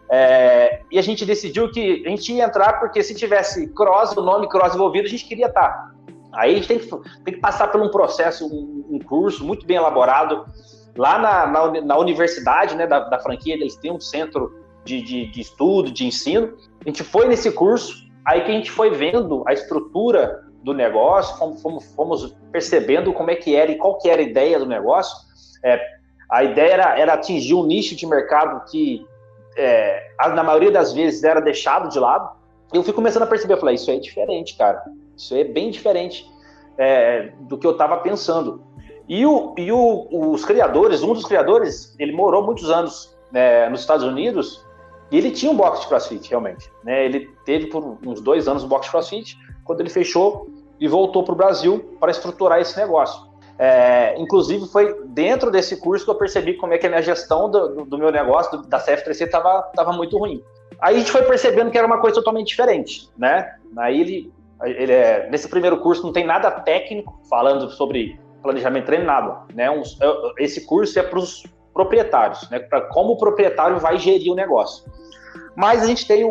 E a gente decidiu que a gente ia entrar porque se tivesse cross, o nome cross envolvido, a gente queria estar. Aí a gente tem que passar por um processo, um curso muito bem elaborado. Lá na universidade, né, da franquia, eles têm um centro de estudo, de ensino. A gente foi nesse curso, aí que a gente foi vendo a estrutura do negócio, fomos percebendo como é que era e qual que era a ideia do negócio. A ideia era atingir um nicho de mercado que, na maioria das vezes, era deixado de lado. Eu fui começando a perceber, eu falei, isso é diferente, cara. Isso é bem diferente do que eu estava pensando. E os criadores, um dos criadores, ele morou muitos anos nos Estados Unidos e ele tinha um box de CrossFit, realmente. Né? Ele teve por uns 2 anos um box de CrossFit, quando ele fechou e voltou para o Brasil para estruturar esse negócio. Inclusive, foi dentro desse curso que eu percebi como é que a minha gestão do meu negócio, da CF3C, estava muito ruim. Aí a gente foi percebendo que era uma coisa totalmente diferente, né? Aí nesse primeiro curso não tem nada técnico falando sobre planejamento de treino, nada, né? Esse curso é para os proprietários, né? Para como o proprietário vai gerir o negócio. Mas a gente tem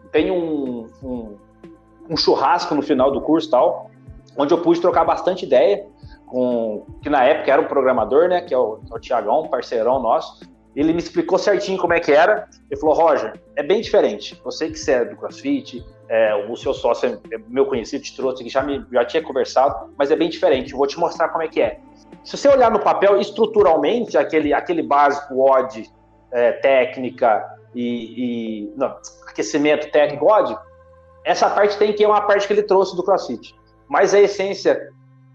um churrasco no final do curso, tal, onde eu pude trocar bastante ideia que na época era um programador, né? Que é o Thiagão, um parceirão nosso. Ele me explicou certinho como é que era. Ele falou, Roger, é bem diferente. Eu sei que você é do CrossFit, o seu sócio é meu conhecido, te trouxe, que já tinha conversado, mas é bem diferente. Eu vou te mostrar como é que é. Se você olhar no papel, estruturalmente, aquele básico WOD, técnica não, aquecimento técnico WOD, essa parte tem que é uma parte que ele trouxe do CrossFit. Mas a essência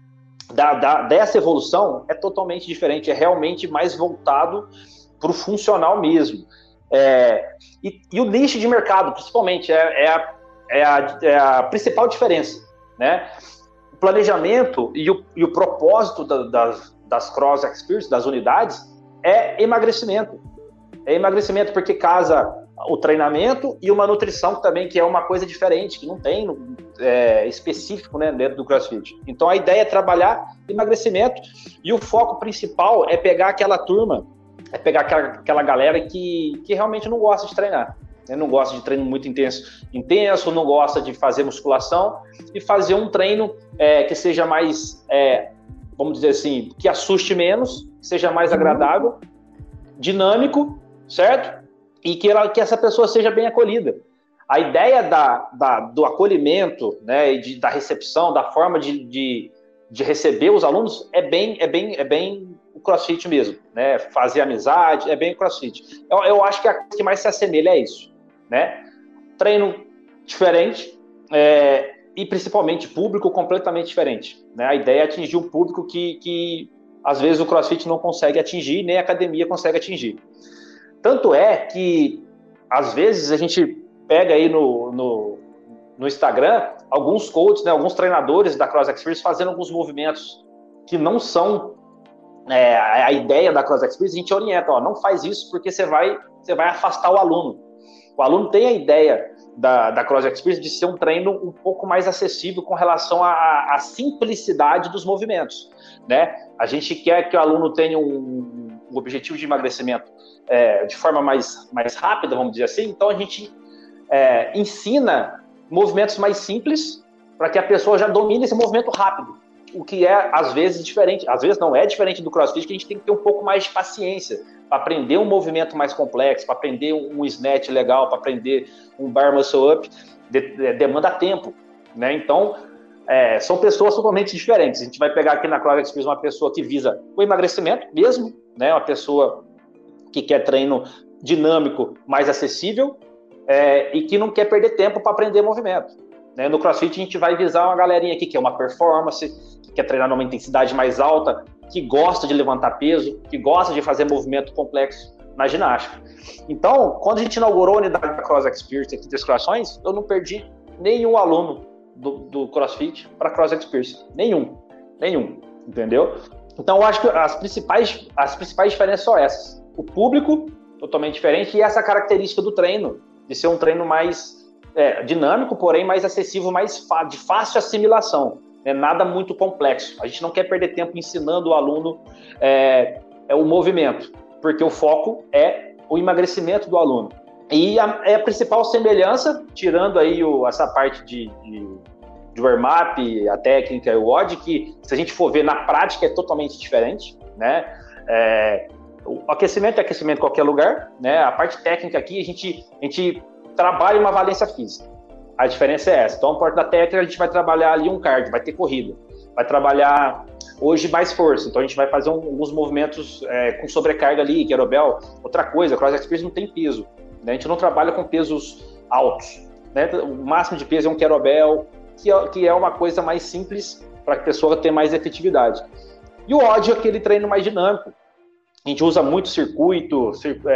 dessa evolução é totalmente diferente, é realmente mais voltado para o funcional mesmo. E o nicho de mercado, principalmente, é a principal diferença, né? O planejamento e o propósito das Cross Experience, das unidades, é emagrecimento. É emagrecimento porque casa o treinamento e uma nutrição também, que é uma coisa diferente, que não tem específico, né, dentro do CrossFit. Então a ideia é trabalhar emagrecimento e o foco principal é pegar aquela turma, aquela galera que realmente não gosta de treinar, né? Não gosta de treino muito intenso, não gosta de fazer musculação e fazer um treino que seja mais, vamos dizer assim, que assuste menos, seja mais agradável, dinâmico, certo? E que essa pessoa seja bem acolhida. A ideia do acolhimento, né, e da recepção, da forma de receber os alunos é bem o CrossFit mesmo, né? Fazer amizade é bem o CrossFit. Eu acho que a coisa que mais se assemelha é isso, né? Treino diferente e principalmente público completamente diferente, né? A ideia é atingir um público que às vezes o CrossFit não consegue atingir, nem a academia consegue atingir. Tanto é que, às vezes, a gente pega aí no Instagram alguns coaches, né, alguns treinadores da Cross Experience fazendo alguns movimentos que não são a ideia da Cross Experience. A gente orienta, não faz isso porque você vai afastar o aluno. O aluno tem a ideia da Cross Experience de ser um treino um pouco mais acessível com relação à simplicidade dos movimentos, né? A gente quer que o aluno tenha um objetivo de emagrecimento de forma mais rápida, vamos dizer assim. Então a gente ensina movimentos mais simples para que a pessoa já domine esse movimento rápido, o que é às vezes diferente, às vezes não é diferente do CrossFit, que a gente tem que ter um pouco mais de paciência para aprender um movimento mais complexo, para aprender um snatch legal, para aprender um bar muscle up, demanda tempo, né? Então são pessoas totalmente diferentes. A gente vai pegar aqui na Cross Experience uma pessoa que visa o emagrecimento mesmo, né? Uma pessoa que quer treino dinâmico, mais acessível, e que não quer perder tempo para aprender movimento, né? No CrossFit a gente vai visar uma galerinha aqui que é uma performance, que quer treinar numa intensidade mais alta, que gosta de levantar peso, que gosta de fazer movimento complexo na ginástica. Então, quando a gente inaugurou a unidade da Cross Experience aqui das Crossões, eu não perdi nenhum aluno do CrossFit para Cross Experience. Nenhum, entendeu? Então, eu acho que as principais diferenças são essas. O público, totalmente diferente, e essa característica do treino, de ser um treino mais dinâmico, porém mais acessível, de fácil assimilação, né? Nada muito complexo. A gente não quer perder tempo ensinando o aluno o movimento, porque o foco é o emagrecimento do aluno. E a principal semelhança, tirando aí essa parte de warm-up, a técnica e o WOD, que se a gente for ver na prática é totalmente diferente, né? O aquecimento é aquecimento em qualquer lugar, né? A parte técnica aqui, a gente trabalha uma valência física. A diferença é essa. Então, a parte da técnica, a gente vai trabalhar ali um cardio, vai ter corrida. Vai trabalhar hoje mais força. Então, a gente vai fazer alguns movimentos com sobrecarga ali, kettlebell. Outra coisa, a Cross Experience não tem peso, né? A gente não trabalha com pesos altos, né? O máximo de peso é um kettlebell, que é uma coisa mais simples para que a pessoa tenha mais efetividade. E o WOD é aquele treino mais dinâmico. A gente usa muito circuito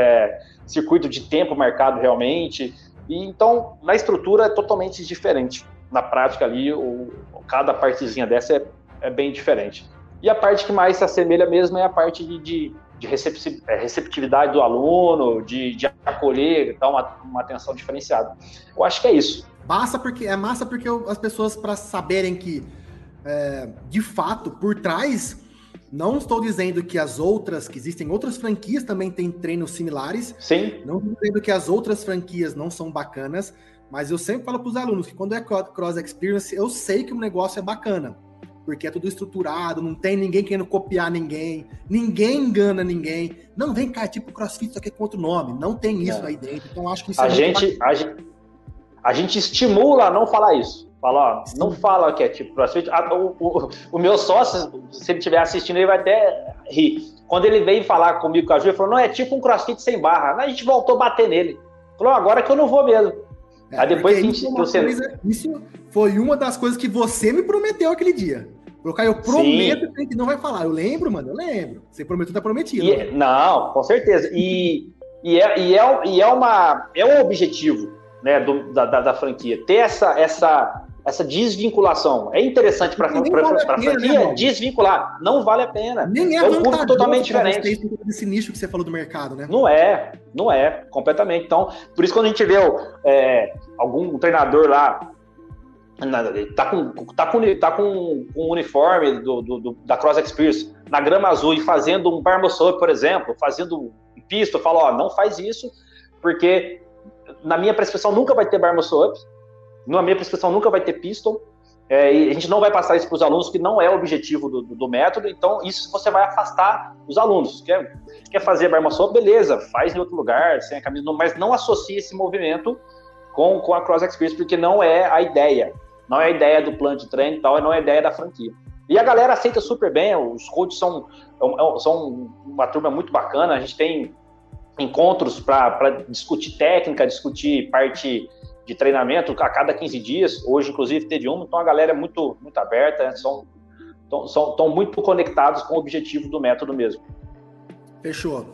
de tempo marcado realmente. E então, na estrutura é totalmente diferente. Na prática ali, cada partezinha dessa é bem diferente. E a parte que mais se assemelha mesmo é a parte de receptividade do aluno, de acolher, dar uma atenção diferenciada. Eu acho que é isso.
Massa porque as pessoas, para saberem que, de fato, por trás, não estou dizendo que que existem outras franquias também têm treinos similares.
Sim.
Não estou dizendo que as outras franquias não são bacanas, mas eu sempre falo para os alunos que quando é Cross Experience, eu sei que o negócio é bacana, porque é tudo estruturado, não tem ninguém querendo copiar ninguém engana ninguém. Não, vem cá, é tipo CrossFit, só que é com outro nome. Não tem isso aí dentro, então acho que isso
a gente estimula a não falar isso. Fala, ó, não fala que é tipo CrossFit. O meu sócio, se ele estiver assistindo, ele vai até rir. Quando ele veio falar comigo, com a Ju, ele falou, não, é tipo um CrossFit sem barra. Aí a gente voltou a bater nele. Falou, agora que eu não vou mesmo. Aí depois que
isso foi uma das coisas que você me prometeu aquele dia. Eu prometo que a gente não vai falar. Eu lembro, mano, eu lembro. Você prometeu, tá prometido.
Não, com certeza. É um objetivo, né, da franquia. Ter essa desvinculação. É interessante para a franquia, né, desvincular. Não vale a pena.
Nem
é um público totalmente diferente.
Desse nicho que você falou do mercado, né?
Não é, completamente. Então, por isso quando a gente vê algum treinador lá, tá com um uniforme da Cross Experience na grama azul e fazendo um bar muscle up, por exemplo, fazendo um pistol, fala, não faz isso, porque na minha prescrição nunca vai ter bar muscle up, na minha prescrição nunca vai ter pistol, e a gente não vai passar isso para os alunos, que não é o objetivo do método, então isso você vai afastar os alunos. Quer fazer bar muscle up? Beleza, faz em outro lugar, sem a camisa, mas não associe esse movimento com a Cross Experience, porque não é a ideia. Não é a ideia do plano de treino e tal, não é a ideia da franquia. E a galera aceita super bem, os coaches são uma turma muito bacana, a gente tem encontros para discutir técnica, discutir parte de treinamento a cada 15 dias, hoje inclusive teve então a galera é muito, muito aberta, estão muito conectados com o objetivo do método mesmo.
Fechou.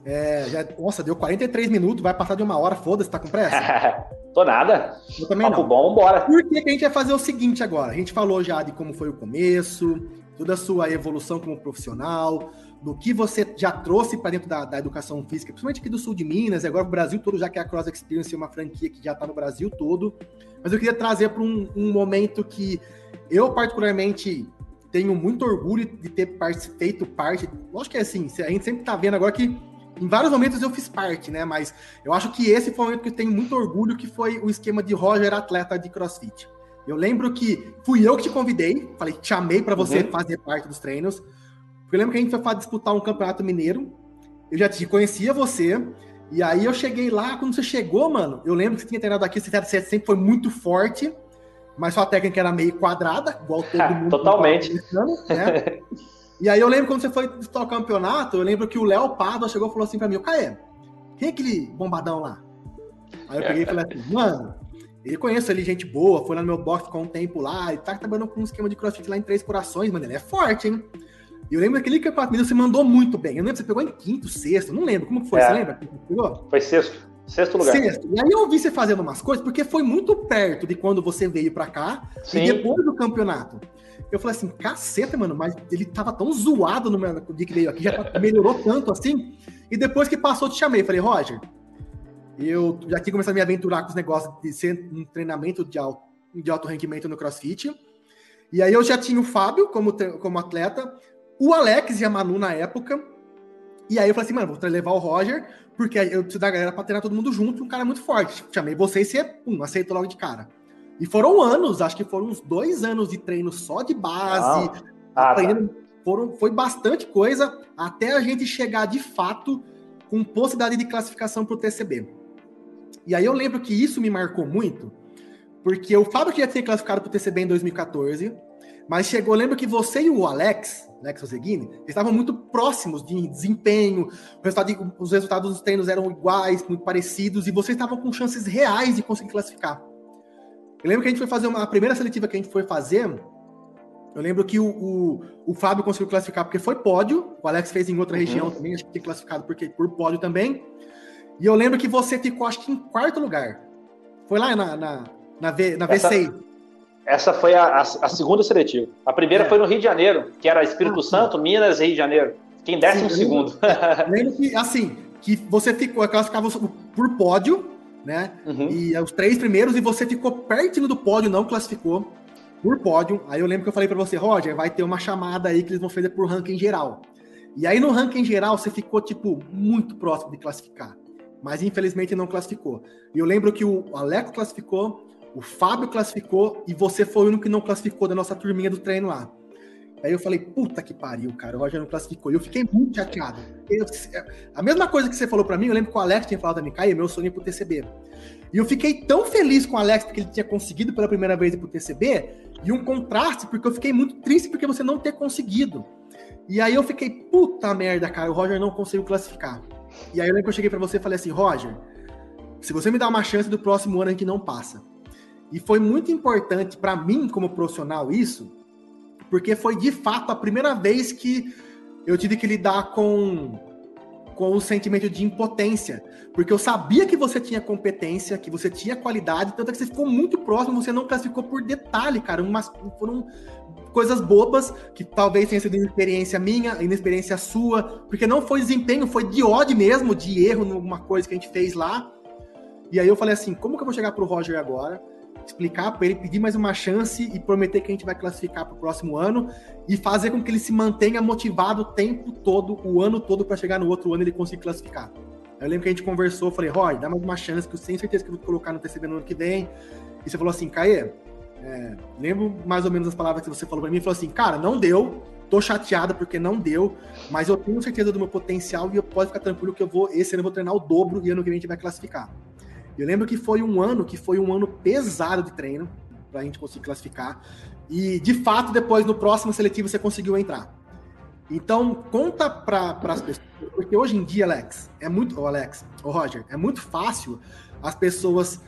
Nossa, deu 43 minutos, vai passar de 1 hora, foda-se, tá com pressa?
Tô nada.
Eu também não.
Bom, vambora.
Por que a gente vai fazer o seguinte agora? A gente falou já de como foi o começo, toda a sua evolução como profissional, do que você já trouxe para dentro da educação física, principalmente aqui do sul de Minas, e agora o Brasil todo, já que a Cross Experience é uma franquia que já está no Brasil todo. Mas eu queria trazer para um momento que eu, particularmente, tenho muito orgulho de ter feito parte. Lógico que é assim, a gente sempre está vendo agora que em vários momentos eu fiz parte, né? Mas eu acho que esse foi o momento que eu tenho muito orgulho, que foi o esquema de Roger atleta de CrossFit. Eu lembro que fui eu que te convidei, falei, te chamei para você fazer parte dos treinos. Eu lembro que a gente foi disputar um campeonato mineiro, eu já te conhecia você, e aí eu cheguei lá, quando você chegou, mano, eu lembro que você tinha treinado aqui, você sempre foi muito forte, mas sua técnica era meio quadrada, igual todo mundo.
Totalmente.
Né? E aí eu lembro quando você foi disputar o campeonato, eu lembro que o Léo Pádua chegou e falou assim pra mim, Caê, quem é aquele bombadão lá? Aí eu peguei e falei assim, mano, eu conheço ele, gente boa, foi lá no meu box, ficou um tempo lá, e tá trabalhando com um esquema de CrossFit lá em Três Corações, mano, ele é forte, hein? E eu lembro daquele campeonato mineiro, você mandou muito bem. Eu lembro que você pegou em quinto, sexto, não lembro, como foi, você lembra? Pegou?
Foi sexto lugar. Sexto.
E aí eu vi você fazendo umas coisas, porque foi muito perto de quando você veio pra cá, sim, e depois do campeonato. Eu falei assim, caceta, mano, mas ele tava tão zoado no dia que veio aqui, já melhorou tanto assim. E depois que passou, eu te chamei. Falei, Roger, eu já tinha começado a me aventurar com os negócios de ser um treinamento de alto rendimento no CrossFit. E aí eu já tinha o Fábio como atleta, o Alex e a Manu na época. E aí eu falei assim, mano, vou levar o Roger, porque eu preciso da galera pra treinar todo mundo junto, um cara muito forte. Chamei você e você, aceitou logo de cara. E foram anos, acho que foram uns 2 anos de treino só de base. Aprendendo, foi bastante coisa, até a gente chegar de fato com possibilidade de classificação pro TCB. E aí eu lembro que isso me marcou muito, porque o Fábio que já tinha classificado pro TCB em 2014, mas chegou, lembro que você e o Alex Oseguini, estavam muito próximos de desempenho, os resultados dos treinos eram iguais, muito parecidos, e vocês estavam com chances reais de conseguir classificar. Eu lembro que a gente foi fazer a primeira seletiva que a gente foi fazer, eu lembro que o Fábio conseguiu classificar porque foi pódio, o Alex fez em outra região também, acho que tinha classificado por pódio também, e eu lembro que você ficou, acho que em 4º lugar. Foi lá na V6.
Essa foi a segunda seletiva. A primeira foi no Rio de Janeiro, que era Espírito Santo, Minas e Rio de Janeiro. Fiquei em 12º.
Lembro que, assim, que você classificava por pódio, né? E os 3 primeiros, e você ficou pertinho do pódio, não classificou por pódio. Aí eu lembro que eu falei pra você, Roger, vai ter uma chamada aí que eles vão fazer por ranking geral. E aí no ranking geral você ficou, tipo, muito próximo de classificar. Mas infelizmente não classificou. E eu lembro que o Aleco classificou, o Fábio classificou, e você foi o único que não classificou da nossa turminha do treino lá. Aí eu falei, puta que pariu, cara, o Roger não classificou. E eu fiquei muito chateado. A mesma coisa que você falou pra mim, eu lembro que o Alex tinha falado pra mim, Caio, meu sonho é pro TCB. E eu fiquei tão feliz com o Alex, porque ele tinha conseguido pela primeira vez ir pro TCB, e um contraste, porque eu fiquei muito triste porque você não ter conseguido. E aí eu fiquei, puta merda, cara, o Roger não conseguiu classificar. E aí eu lembro que eu cheguei pra você e falei assim, Roger, se você me dá uma chance do próximo ano, a gente não passa. E foi muito importante pra mim, como profissional, isso, porque foi de fato a primeira vez que eu tive que lidar com o sentimento de impotência, porque eu sabia que você tinha competência, que você tinha qualidade, tanto é que você ficou muito próximo, você não classificou por detalhe, cara, foram coisas bobas, que talvez tenha sido inexperiência minha, inexperiência sua, porque não foi desempenho, foi de ódio mesmo, de erro em alguma coisa que a gente fez lá. E aí eu falei assim, como que eu vou chegar pro Roger agora, explicar para ele, pedir mais uma chance e prometer que a gente vai classificar pro próximo ano e fazer com que ele se mantenha motivado o tempo todo, o ano todo, para chegar no outro ano e ele conseguir classificar. Eu lembro que a gente conversou, falei, Roy, dá mais uma chance, que eu tenho certeza que eu vou colocar no TCB no ano que vem. E você falou assim, Caê, lembro mais ou menos as palavras que você falou para mim, falou assim, cara, não deu, tô chateada porque não deu, mas eu tenho certeza do meu potencial e eu posso ficar tranquilo que esse ano eu vou treinar o dobro e ano que vem a gente vai classificar. Eu lembro que foi um ano pesado de treino pra gente conseguir classificar. E, de fato, depois, no próximo seletivo, você conseguiu entrar. Então, conta para as pessoas, porque hoje em dia, Roger, é muito fácil as pessoas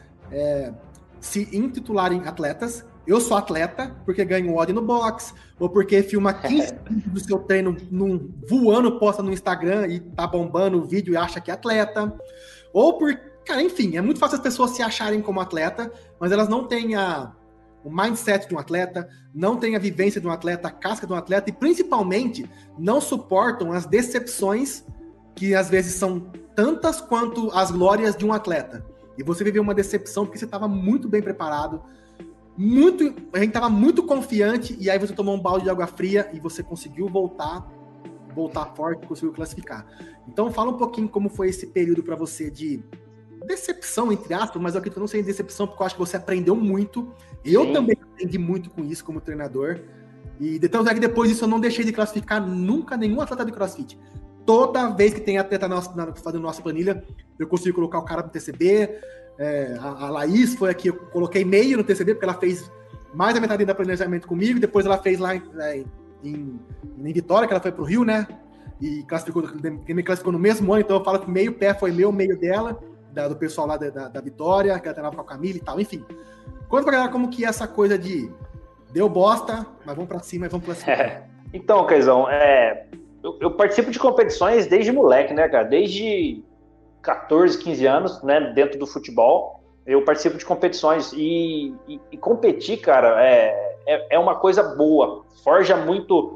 se intitularem atletas. Eu sou atleta porque ganho odd no box, ou porque filma 15 do seu treino voando, posta no Instagram e tá bombando o vídeo e acha que é atleta. Ou por... Cara, enfim, é muito fácil as pessoas se acharem como atleta, mas elas não têm o mindset de um atleta, não têm a vivência de um atleta, a casca de um atleta, e principalmente não suportam as decepções, que às vezes são tantas quanto as glórias de um atleta. E você viveu uma decepção porque você estava muito bem preparado, a gente estava muito confiante, e aí você tomou um balde de água fria e você conseguiu voltar forte, conseguiu classificar. Então fala um pouquinho como foi esse período para você de decepção, entre aspas, mas eu acredito que não seja decepção, porque eu acho que você aprendeu muito. Eu também aprendi muito com isso como treinador. E então, é que depois disso eu não deixei de classificar nunca nenhum atleta de CrossFit. Toda vez que tem atleta fazendo nossa planilha, eu consigo colocar o cara no TCB. A Laís foi aqui, eu coloquei meio no TCB, porque ela fez mais da metade da planejamento comigo. Depois ela fez lá em Vitória, que ela foi pro Rio, né? E me classificou no mesmo ano, então eu falo que meio pé foi meu, meio dela. Do pessoal lá da Vitória, que ela treinava com a Camila e tal, enfim. Conta pra galera como que é essa coisa de deu bosta, mas vamos pra cima e vamos classificar.
Então, Caizão, eu participo de competições desde moleque, né, cara? Desde 14, 15 anos, né, dentro do futebol, eu participo de competições e competir, cara, é uma coisa boa, forja muito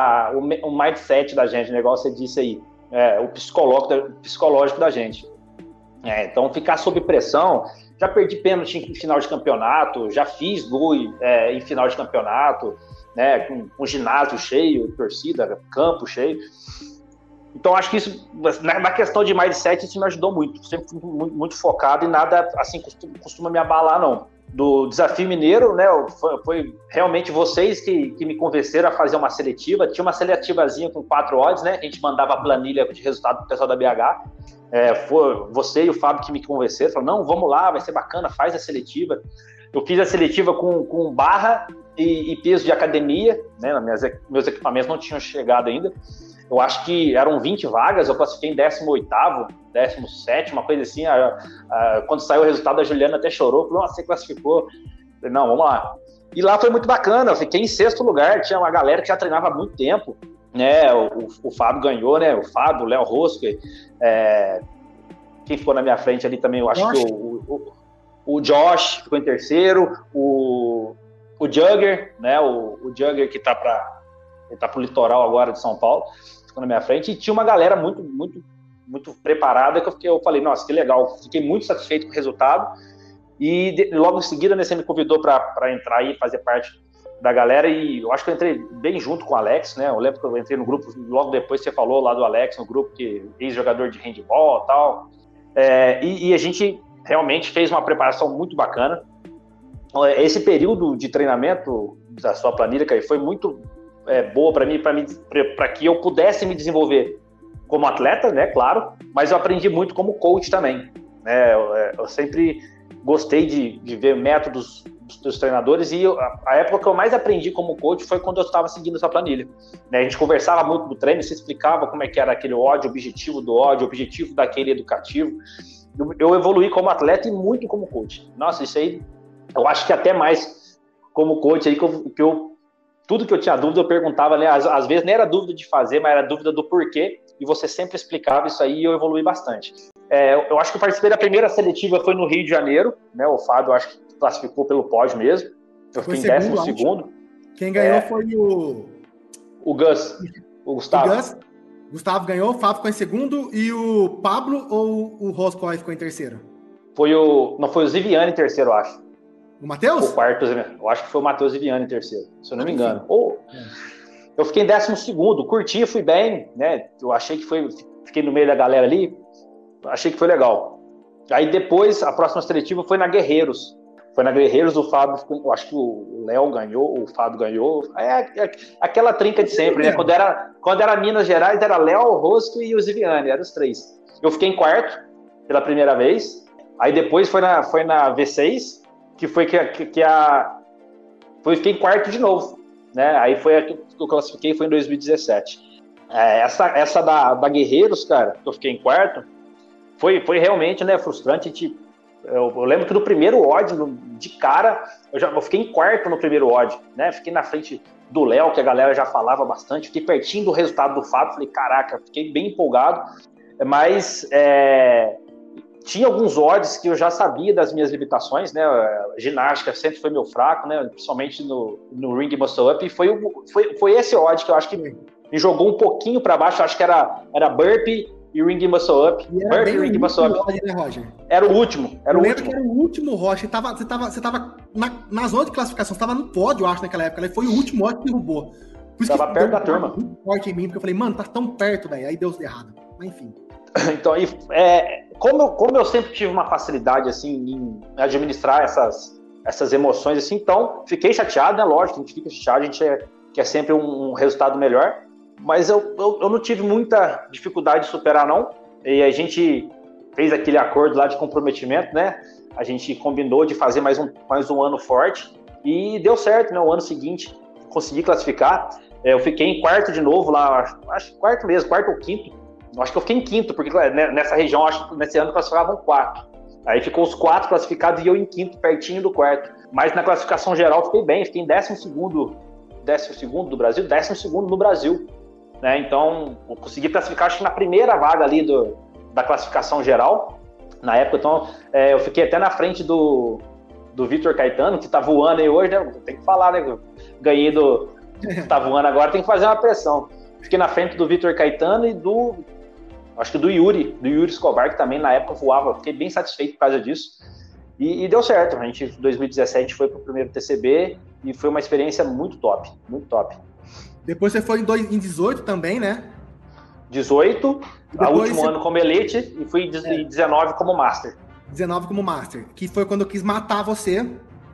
o mindset da gente, o negócio você disse aí, o psicológico da gente. Então, ficar sob pressão, já perdi pênalti em final de campeonato, já fiz gol em final de campeonato, né, com ginásio cheio, torcida, campo cheio. Então, acho que isso, na questão de mindset, isso me ajudou muito. Sempre fui muito focado e nada, assim, costuma me abalar, não. Do Desafio Mineiro, né, foi realmente vocês que me convenceram a fazer uma seletiva. Tinha uma seletivazinha com 4 odds, né, a gente mandava a planilha de resultado pro pessoal da BH. Foi você e o Fábio que me convenceram, falaram, não, vamos lá, vai ser bacana, faz a seletiva. Eu fiz a seletiva com barra e peso de academia, né, meus equipamentos não tinham chegado ainda. Eu acho que eram 20 vagas, eu classifiquei em 18º, 17º, uma coisa assim. Quando saiu o resultado, a Juliana até chorou, falou, nossa, você classificou. Eu falei, não, vamos lá. E lá foi muito bacana, eu fiquei em 6º lugar, tinha uma galera que já treinava há muito tempo, né, o Fábio ganhou, né, o Fábio, o Léo Rosque, quem ficou na minha frente ali também, eu acho Josh. Que o Josh ficou em 3º, o Jugger, né, o Jugger que tá pro litoral agora de São Paulo, ficou na minha frente, e tinha uma galera muito, muito, muito preparada, que eu falei, nossa, que legal, fiquei muito satisfeito com o resultado, e logo em seguida, né, você me convidou para entrar e fazer parte da galera, e eu acho que eu entrei bem junto com o Alex, né, eu lembro que eu entrei no grupo, logo depois você falou lá do Alex, no grupo, que ex-jogador de handball e tal, e a gente realmente fez uma preparação muito bacana. Esse período de treinamento da sua planilha, Caio, foi muito boa para mim, para que eu pudesse me desenvolver como atleta, né, claro, mas eu aprendi muito como coach também, né, eu sempre gostei de ver métodos dos treinadores, e a época que eu mais aprendi como coach foi quando eu estava seguindo essa planilha, né? A gente conversava muito do treino, se explicava como é que era aquele ódio, objetivo do ódio, objetivo daquele educativo. Eu evoluí como atleta e muito como coach. Nossa, isso aí, eu acho que até mais como coach, aí tudo que eu tinha dúvida eu perguntava, né? Às vezes nem era dúvida de fazer, mas era dúvida do porquê, e você sempre explicava isso aí, e eu evoluí bastante. Eu acho que eu participei da primeira seletiva, foi no Rio de Janeiro, né? O Fábio, eu acho que classificou pelo pódio mesmo. Eu fiquei em 12º.
Quem ganhou foi
o Gus, o Gustavo.
Gustavo ganhou, o Fábio ficou em segundo, e o Pablo ou o Roscoe ficou em terceiro?
Não, foi o Ziviani em terceiro, eu acho.
O Matheus?
O quarto, eu acho que foi o Matheus Ziviani em terceiro, se eu não me engano. Eu fiquei em 12º, curti, fui bem, né? Eu achei que fiquei no meio da galera ali, achei que foi legal. Aí depois, a próxima seletiva foi na Guerreiros. Foi na Guerreiros, o Fábio, eu acho que o Léo ganhou, o Fábio ganhou. Aquela trinca de sempre, né? Quando era Minas Gerais, era Léo, o Rosco e o Ziviani, eram os três. Eu fiquei em quarto, pela primeira vez. Aí depois foi na V6, que foi fiquei em quarto de novo, né? Aí foi a que eu classifiquei, foi em 2017. Essa da Guerreiros, cara, que eu fiquei em quarto, foi realmente, né, frustrante. Eu lembro que no primeiro odd, de cara, eu fiquei em quarto no primeiro odd, né? Fiquei na frente do Léo, que a galera já falava bastante, fiquei pertinho do resultado do Fábio, falei, caraca, fiquei bem empolgado, mas tinha alguns odds que eu já sabia das minhas limitações, né? A ginástica sempre foi meu fraco, né? Principalmente no Ring Muscle Up, e foi esse odd que eu acho que me jogou um pouquinho para baixo. Eu acho que era burpee e Ring Muscle Up.
Burpee e Ring Muscle Up. Né, Roger?
Era o último.
Que era o último, Roger. Você tava na zona de classificação, você tava no pódio, eu acho, naquela época. Ele foi o último odd que derrubou. Por isso
tava perto da turma.
Muito forte em mim, porque eu falei, mano, tá tão perto, velho. Aí deu errado. Mas enfim.
Então, como eu sempre tive uma facilidade assim em administrar essas emoções, assim, então fiquei chateado, né? Lógico, a gente fica chateado, a gente quer sempre um resultado melhor, mas eu não tive muita dificuldade de superar, não. E a gente fez aquele acordo lá de comprometimento, né? A gente combinou de fazer mais um ano forte e deu certo, né? O ano seguinte consegui classificar. Eu fiquei em quarto de novo lá, acho que quarto ou quinto. Acho que eu fiquei em quinto, porque nessa região, acho que nesse ano classificavam 4. Aí ficou os 4 classificados e eu em quinto, pertinho do quarto. Mas na classificação geral fiquei bem, fiquei em 12º do Brasil, 12º no Brasil. Né? Então, eu consegui classificar, acho que na primeira vaga ali da classificação geral, na época. Então, eu fiquei até na frente do Vitor Caetano, que tá voando aí hoje, né? Tem que falar, né? Ganhei tá voando agora, tem que fazer uma pressão. Fiquei na frente do Vitor Caetano e acho que do Yuri Escobar, que também na época voava. Fiquei bem satisfeito por causa disso. E deu certo. A gente, em 2017, foi pro primeiro TCB e foi uma experiência muito top, muito top.
Depois você foi em 18 também, né?
18, o último ano como Elite, e fui em 19 como Master.
19 como Master, que foi quando eu quis matar você.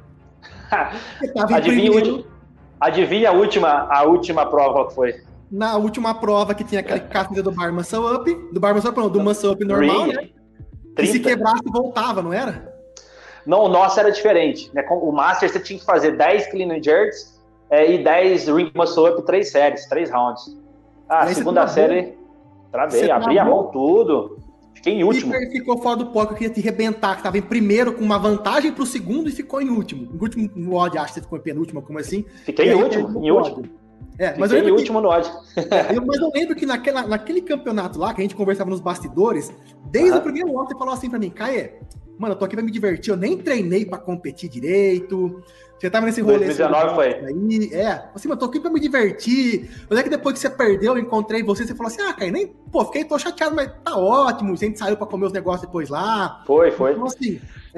Adivinha a última prova que foi?
Na última prova que tinha aquele café do Bar Muscle Up, do Muscle Up normal,
Ring,
né? E se quebrasse, voltava, não era?
Não, o nosso era diferente, né? O Master você tinha que fazer 10 clean and jerks e 10 Ring Muscle Up, 3 séries, 3 rounds. A segunda série, travei, abri a mão tudo, fiquei em último.
E ficou fora do pódio, eu queria te arrebentar, que tava em primeiro com uma vantagem pro segundo e ficou em último. Em último no odd, acho que você ficou em penúltimo, como assim?
Fiquei em último.
Mas eu lembro
último no odd.
Mas eu lembro que naquele campeonato lá, que a gente conversava nos bastidores, desde o primeiro odd, você falou assim pra mim, Caê, mano, eu tô aqui pra me divertir, eu nem treinei pra competir direito. Você tava nesse rolê...
2019 foi.
Aí, assim, eu tô aqui pra me divertir. Mas é que depois que você perdeu, eu encontrei você falou assim, cara, nem... Pô, tô chateado, mas tá ótimo. A gente saiu pra comer os negócios depois lá.
Foi.
Então, assim,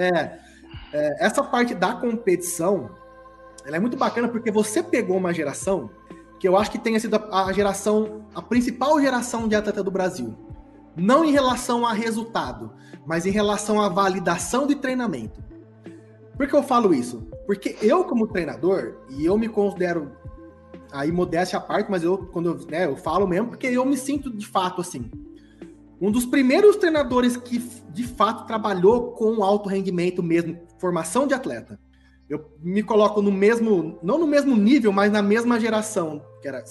essa parte da competição, ela é muito bacana porque você pegou uma geração que eu acho que tenha sido a principal geração de atleta do Brasil. Não em relação a resultado, mas em relação à validação de treinamento. Por que eu falo isso? Porque eu, como treinador, e eu me considero, aí modéstia à parte, mas eu falo mesmo, porque eu me sinto de fato assim. Um dos primeiros treinadores que de fato trabalhou com alto rendimento mesmo, formação de atleta. Eu me coloco no mesmo, não no mesmo nível, mas na mesma geração, que era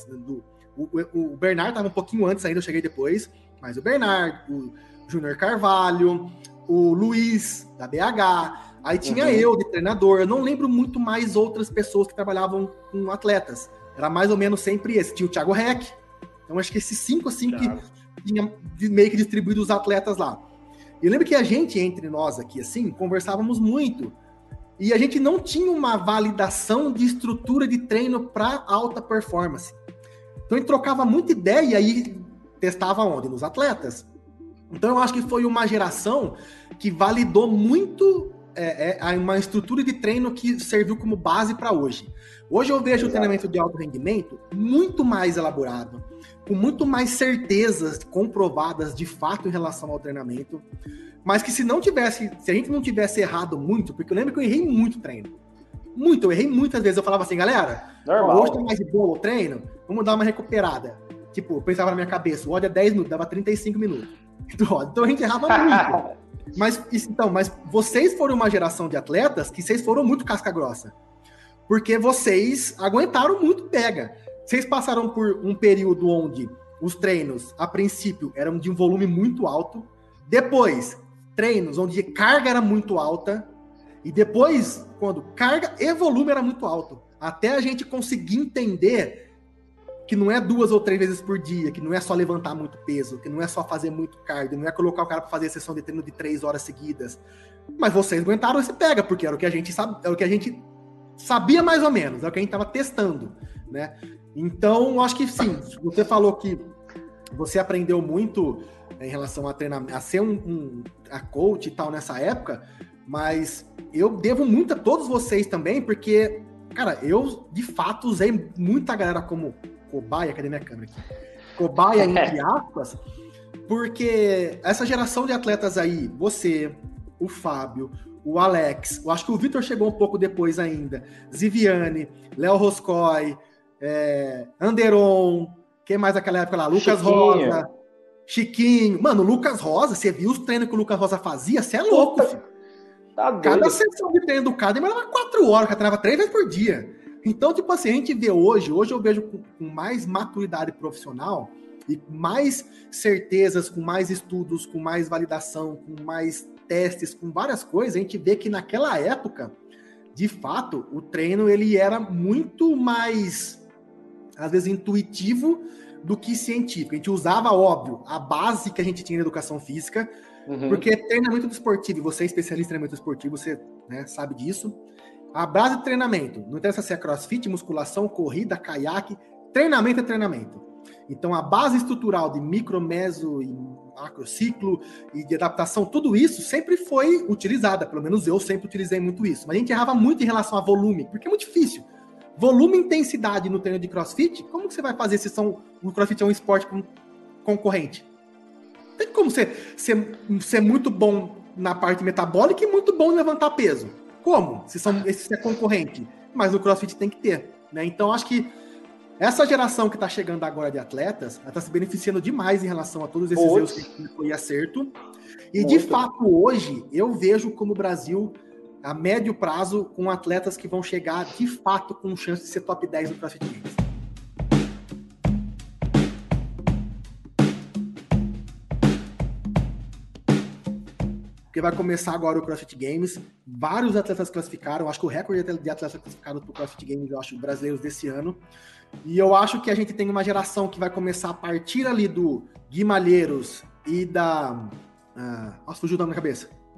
o Bernard estava um pouquinho antes ainda, eu cheguei depois, mas o Bernard, o Júnior Carvalho, o Luiz, da BH, aí tinha eu de treinador, eu não lembro muito mais outras pessoas que trabalhavam com atletas, era mais ou menos sempre esse, tinha o Thiago Reck, então acho que esses 5 assim que tinha meio que distribuído os atletas lá. Eu lembro que a gente, entre nós aqui assim, conversávamos muito, e a gente não tinha uma validação de estrutura de treino para alta performance. Então a gente trocava muita ideia e aí testava onde? Nos atletas. Então eu acho que foi uma geração que validou muito uma estrutura de treino que serviu como base para hoje. Hoje eu vejo o treinamento de alto rendimento muito mais elaborado, com muito mais certezas comprovadas de fato em relação ao treinamento, mas que se a gente não tivesse errado muito, porque eu lembro que eu errei muito treino. Eu errei muitas vezes. Eu falava assim, galera, hoje tá mais de boa o treino, vamos dar uma recuperada. Tipo, eu pensava na minha cabeça, o ódio é 10 minutos, dava 35 minutos. Então a gente errava muito. Mas vocês foram uma geração de atletas que vocês foram muito casca grossa. Porque vocês aguentaram muito pega. Vocês passaram por um período onde os treinos, a princípio, eram de um volume muito alto. Depois, treinos onde a carga era muito alta. E depois, quando carga e volume era muito alto. Até a gente conseguir entender que não é 2 ou 3 vezes por dia, que não é só levantar muito peso, que não é só fazer muito cardio, não é colocar o cara para fazer a sessão de treino de 3 horas seguidas. Mas vocês aguentaram esse pega, porque era o que a gente sabe, era o que a gente sabia mais ou menos, era o que a gente estava testando, né? Então, acho que sim, você falou que você aprendeu muito em relação a treinamento, a ser a coach e tal nessa época, mas eu devo muito a todos vocês também, porque, cara, eu de fato usei muita galera como cobaia, cadê minha câmera aqui? Cobaia, entre aspas, porque essa geração de atletas aí, você, o Fábio, o Alex, eu acho que o Vitor chegou um pouco depois ainda, Ziviane, Léo Roscoe, Anderon, quem mais daquela época lá? Lucas Rosa, Chiquinho. Mano, o Lucas Rosa, você viu os treinos que o Lucas Rosa fazia? Você é louco, filho.
Tá doido.
Cada sessão de treino do cara demorava 4 horas, o cara treinava 3 vezes por dia. Então, tipo assim, a gente vê hoje eu vejo com mais maturidade profissional e mais certezas, com mais estudos, com mais validação, com mais testes, com várias coisas, a gente vê que naquela época, de fato, o treino ele era muito mais, às vezes, intuitivo do que científico. A gente usava, óbvio, a base que a gente tinha na educação física, porque treinamento desportivo, você é especialista em treinamento esportivo, você sabe disso. A base de treinamento, não interessa se é crossfit, musculação, corrida, caiaque, treinamento é treinamento. Então, a base estrutural de micro, meso e macrociclo e de adaptação, tudo isso sempre foi utilizada, pelo menos eu sempre utilizei muito isso. Mas a gente errava muito em relação a volume, porque é muito difícil. Volume e intensidade no treino de crossfit, como que você vai fazer se o crossfit é um esporte concorrente? Tem como ser muito bom na parte metabólica e muito bom em levantar peso. Como? Se é concorrente. Mas no CrossFit tem que ter, né? Então, acho que essa geração que está chegando agora de atletas, ela está se beneficiando demais em relação a todos esses erros que foi acerto. E, muito. De fato, hoje, eu vejo como o Brasil, a médio prazo, com atletas que vão chegar, de fato, com chance de ser top 10 no CrossFit Games. Porque vai começar agora o CrossFit Games, vários atletas classificaram, acho que o recorde de atletas classificados para o CrossFit Games, eu acho, brasileiros desse ano, e eu acho que a gente tem uma geração que vai começar a partir ali do Gui Malheiros e da... nossa, fugiu o nome na cabeça.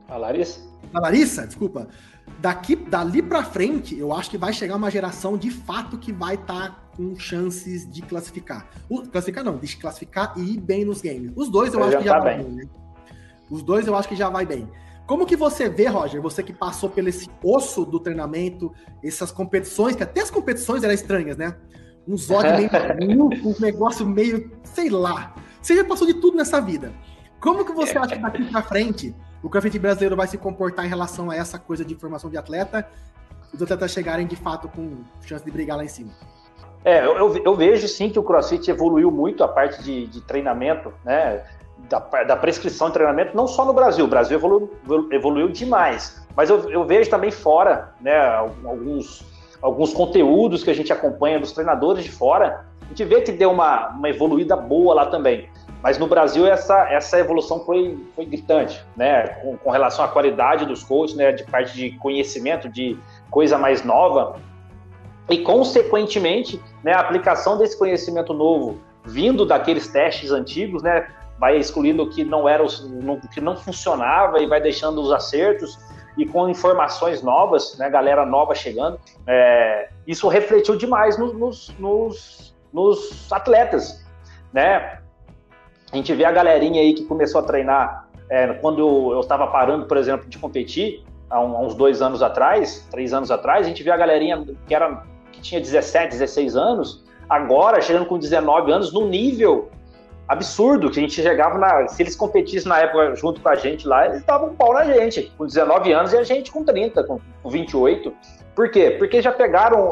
A Larissa?
A Larissa, desculpa. Dali pra frente, eu acho que vai chegar uma geração de fato que vai estar com chances de classificar. Classificar não, de classificar e ir bem nos games. Os dois eu acho que já vai bem, né? Os dois eu acho que já vai bem. Como que você vê, Roger, você que passou pelo esse osso do treinamento, essas competições, que até as competições eram estranhas, né? Um Zod meio um negócio meio, sei lá. Você já passou de tudo nessa vida. Como que você acha que daqui pra frente o CrossFit brasileiro vai se comportar em relação a essa coisa de formação de atleta, os atletas chegarem de fato com chance de brigar lá em cima?
Eu vejo sim que o CrossFit evoluiu muito a parte de treinamento, né? Da prescrição de treinamento, não só no Brasil. O Brasil evoluiu demais, mas eu vejo também fora, né, alguns conteúdos que a gente acompanha dos treinadores de fora, a gente vê que deu uma evoluída boa lá também. Mas no Brasil essa evolução foi gritante, né, com relação à qualidade dos coaches, né, de parte de conhecimento, de coisa mais nova, e consequentemente, né, a aplicação desse conhecimento novo vindo daqueles testes antigos, né, vai excluindo o que que não funcionava e vai deixando os acertos, e com informações novas, né, galera nova chegando, isso refletiu demais nos atletas, né? A gente vê a galerinha aí que começou a treinar quando eu estava parando, por exemplo, de competir, há uns 2 anos atrás, 3 anos atrás, a gente vê a galerinha que tinha 17, 16 anos, agora chegando com 19 anos, no nível absurdo, que a gente chegava se eles competissem na época junto com a gente lá, eles davam um pau na gente, com 19 anos e a gente com 30, com 28. Por quê? Porque já pegaram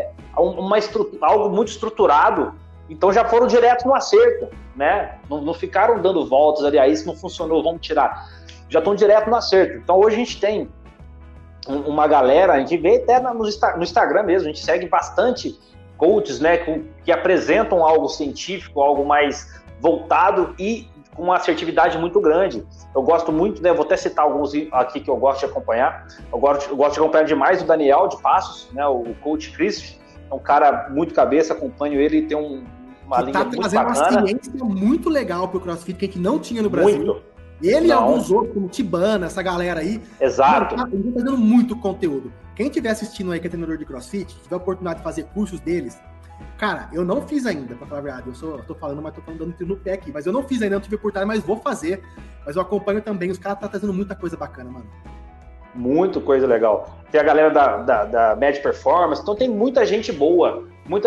algo muito estruturado, então já foram direto no acerto, né? Não ficaram dando voltas ali, isso não funcionou, vamos tirar. Já estão direto no acerto. Então hoje a gente tem uma galera, a gente vê até no Instagram mesmo, a gente segue bastante coaches, né, que apresentam algo científico, algo mais voltado e com uma assertividade muito grande. Eu gosto muito, né, vou até citar alguns aqui que eu gosto de acompanhar. Eu gosto de acompanhar demais o Daniel de Passos, né, o coach Chris, é um cara muito cabeça, acompanho ele, tem uma linha muito bacana. Tá trazendo
uma ciência muito legal pro CrossFit, que a gente não tinha no Brasil. Muito. Ele e alguns outros, como Tibana, essa galera aí.
Exato.
Eles estão fazendo muito conteúdo. Quem estiver assistindo aí, que é treinador de CrossFit, tiver a oportunidade de fazer cursos deles, cara, eu não fiz ainda, pra falar a verdade. Eu tô falando, mas tô falando dando tiro no pé aqui. Mas eu não fiz ainda, não tive oportunidade, mas vou fazer. Mas eu acompanho também. Os caras estão trazendo muita coisa bacana, mano.
Muito coisa legal. Tem a galera da Mad Performance, então tem muita gente boa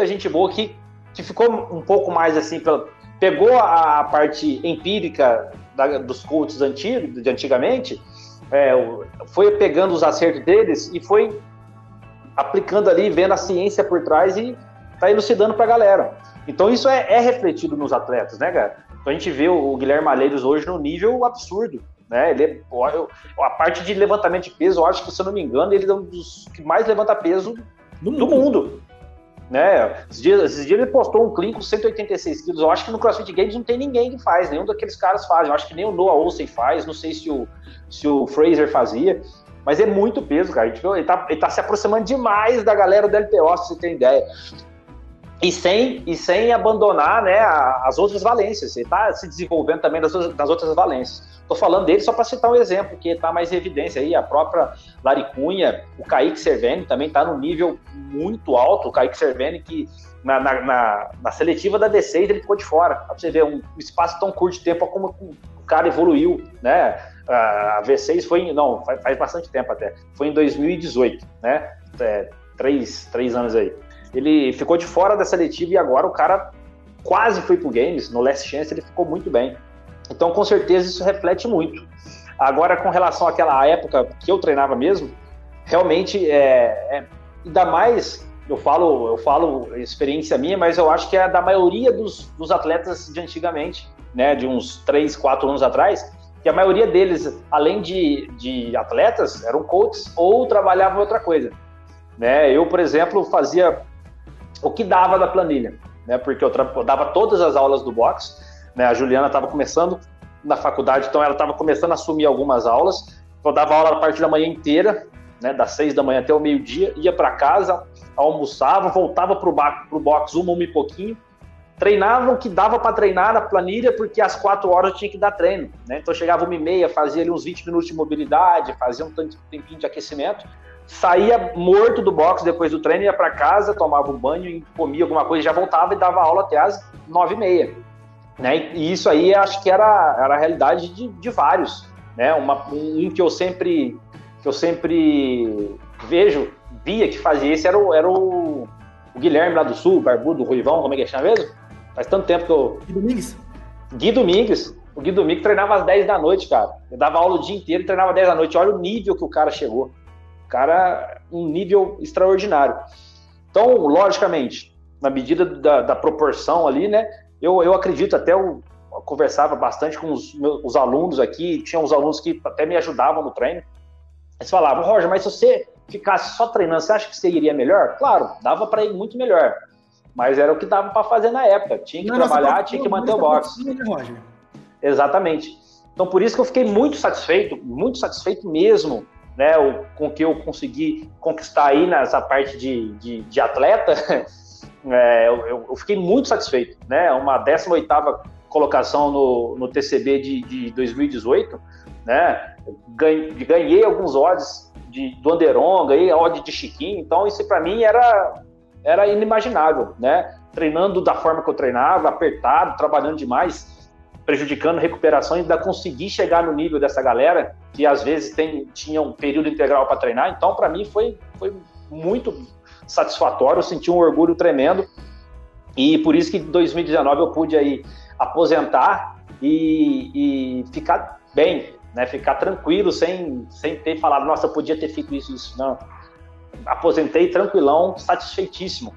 que ficou um pouco mais assim, pegou a parte empírica dos coaches de antigamente, foi pegando os acertos deles e foi aplicando ali, vendo a ciência por trás e tá elucidando pra galera. Então isso é refletido nos atletas, né, cara? Então a gente vê o Guilherme Malheiros hoje no nível absurdo, né? A parte de levantamento de peso, eu acho que, se eu não me engano, ele é um dos que mais levanta peso do mundo. Né? Esses dias ele postou um clean com 186 quilos. Eu acho que no CrossFit Games não tem ninguém que faz, nenhum daqueles caras faz. Eu acho que nem o Noah Olsen faz, não sei se o Fraser fazia, mas é muito peso, cara. Ele tá se aproximando demais da galera do LPO, se você tem ideia. E sem abandonar, né, as outras valências. Ele está se desenvolvendo também nas outras valências. Estou falando dele só para citar um exemplo, que está mais em evidência aí. A própria Laricunha, o Kaique Cerveni também está num nível muito alto. O Kaique Cerveni, que na seletiva da D6 ele ficou de fora. Para você ver, um espaço tão curto de tempo, como o cara evoluiu, né? A V6 faz bastante tempo até. Foi em 2018, né? 3 anos aí. Ele ficou de fora da seletiva e agora o cara quase foi pro Games, no Last Chance ele ficou muito bem. Então, com certeza, isso reflete muito. Agora, com relação àquela época que eu treinava mesmo, realmente, ainda mais, eu falo experiência minha, mas eu acho que é da maioria dos atletas de antigamente, né, de uns 3, 4 anos atrás, que a maioria deles, além de atletas, eram coaches ou trabalhavam em outra coisa. Né? Eu, por exemplo, fazia o que dava da planilha, né? Porque eu dava todas as aulas do box, né? A Juliana estava começando na faculdade, então ela estava começando a assumir algumas aulas. Eu dava aula a partir da manhã inteira, né? Das 6 da manhã até o meio-dia, ia para casa, almoçava, voltava pro box uma e pouquinho, treinavam o que dava para treinar na planilha, porque às 4 horas eu tinha que dar treino, né? Então eu chegava 1h30, fazia ali uns 20 minutos de mobilidade, fazia um tempinho de aquecimento, saía morto do box depois do treino, ia para casa, tomava um banho, comia alguma coisa, já voltava e dava aula até às 9h30, né? E isso aí acho que era a realidade de vários, né? Um que eu sempre via que fazia isso era o Guilherme lá do Sul, Barbudo, Ruivão, como é que chama mesmo? Faz tanto tempo que eu... Gui Domingues. O Gui Domingues treinava às 10 da noite, cara. Eu dava aula o dia inteiro e treinava às 10 da noite. Olha o nível que o cara chegou. O cara, um nível extraordinário. Então, logicamente, na medida da proporção ali, né? Eu acredito, até eu conversava bastante com os alunos aqui, tinha uns alunos que até me ajudavam no treino. Eles falavam, Roger, mas se você ficasse só treinando, você acha que você iria melhor? Claro, dava para ir muito melhor. Mas era o que dava para fazer na época. Tinha que trabalhar, tinha que manter o boxe. Exatamente. Então, por isso que eu fiquei muito satisfeito mesmo, né, com o que eu consegui conquistar aí nessa parte de atleta. Eu fiquei muito satisfeito, né? Uma 18ª colocação no TCB de 2018, né? Ganhei alguns odds do Anderon, ganhei odd de Chiquinho, então isso para mim era inimaginável, né? Treinando da forma que eu treinava, apertado, trabalhando demais, prejudicando a recuperação, e ainda consegui chegar no nível dessa galera que às vezes tinha um período integral para treinar. Então para mim foi muito satisfatório, eu senti um orgulho tremendo, e por isso que em 2019 eu pude aí aposentar e ficar bem, né? Ficar tranquilo, sem ter falado, nossa, eu podia ter feito isso, não. Aposentei tranquilão, satisfeitíssimo.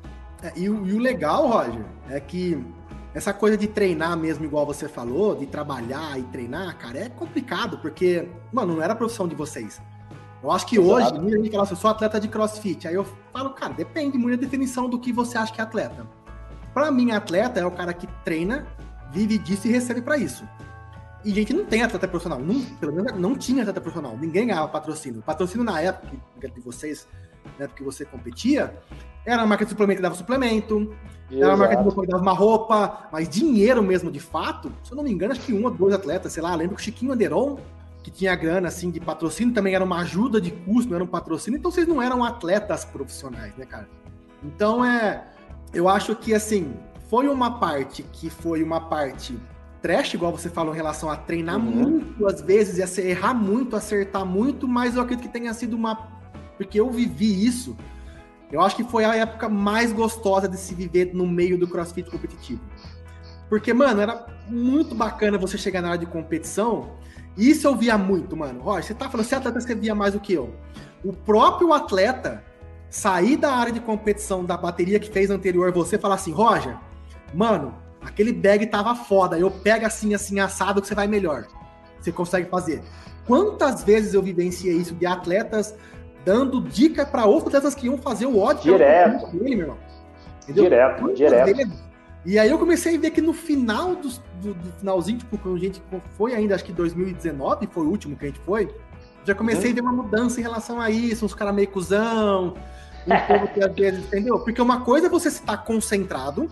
E o legal, Roger, é que essa coisa de treinar mesmo, igual você falou, de trabalhar e treinar, cara, é complicado, porque, mano, não era a profissão de vocês. Eu acho que hoje, muita gente fala assim, eu sou atleta de crossfit. Aí eu falo, cara, depende muito da definição do que você acha que é atleta. Pra mim, atleta é o cara que treina, vive disso e recebe pra isso. E a gente não tem atleta profissional, pelo menos não tinha atleta profissional, ninguém ganhava patrocínio. O patrocínio na época de vocês, na época que você competia, era uma marca de suplemento que dava suplemento, era uma marca de roupa que dava uma roupa, mas dinheiro mesmo, de fato, se eu não me engano, acho que 1 ou 2 atletas, sei lá, lembro que o Chiquinho Anderon, que tinha grana, assim, de patrocínio, também era uma ajuda de custo, não era um patrocínio, então vocês não eram atletas profissionais, né, cara? Então, eu acho que, assim, foi uma parte trash, igual você falou, em relação a treinar muito, às vezes, errar muito, acertar muito, mas eu acredito que tenha sido porque eu vivi isso, eu acho que foi a época mais gostosa de se viver no meio do CrossFit competitivo. Porque, mano, era muito bacana você chegar na área de competição, e isso eu via muito, mano. Roger, você tá falando, você é atleta, você via mais do que eu. O próprio atleta sair da área de competição da bateria que fez anterior você, falar assim, Roger, mano, aquele bag tava foda, eu pego assim, assado que você vai melhor. Você consegue fazer. Quantas vezes eu vivenciei isso de atletas dando dica para outros atletas que iam fazer o odd
direto
dele, meu irmão.
Entendeu? Direto.
E aí eu comecei a ver que no final do finalzinho, tipo, quando a gente foi ainda, acho que 2019 foi o último que a gente foi, já comecei a ver uma mudança em relação a isso, uns caras meio cuzão, um povo que às vezes, entendeu? Porque uma coisa é você estar concentrado,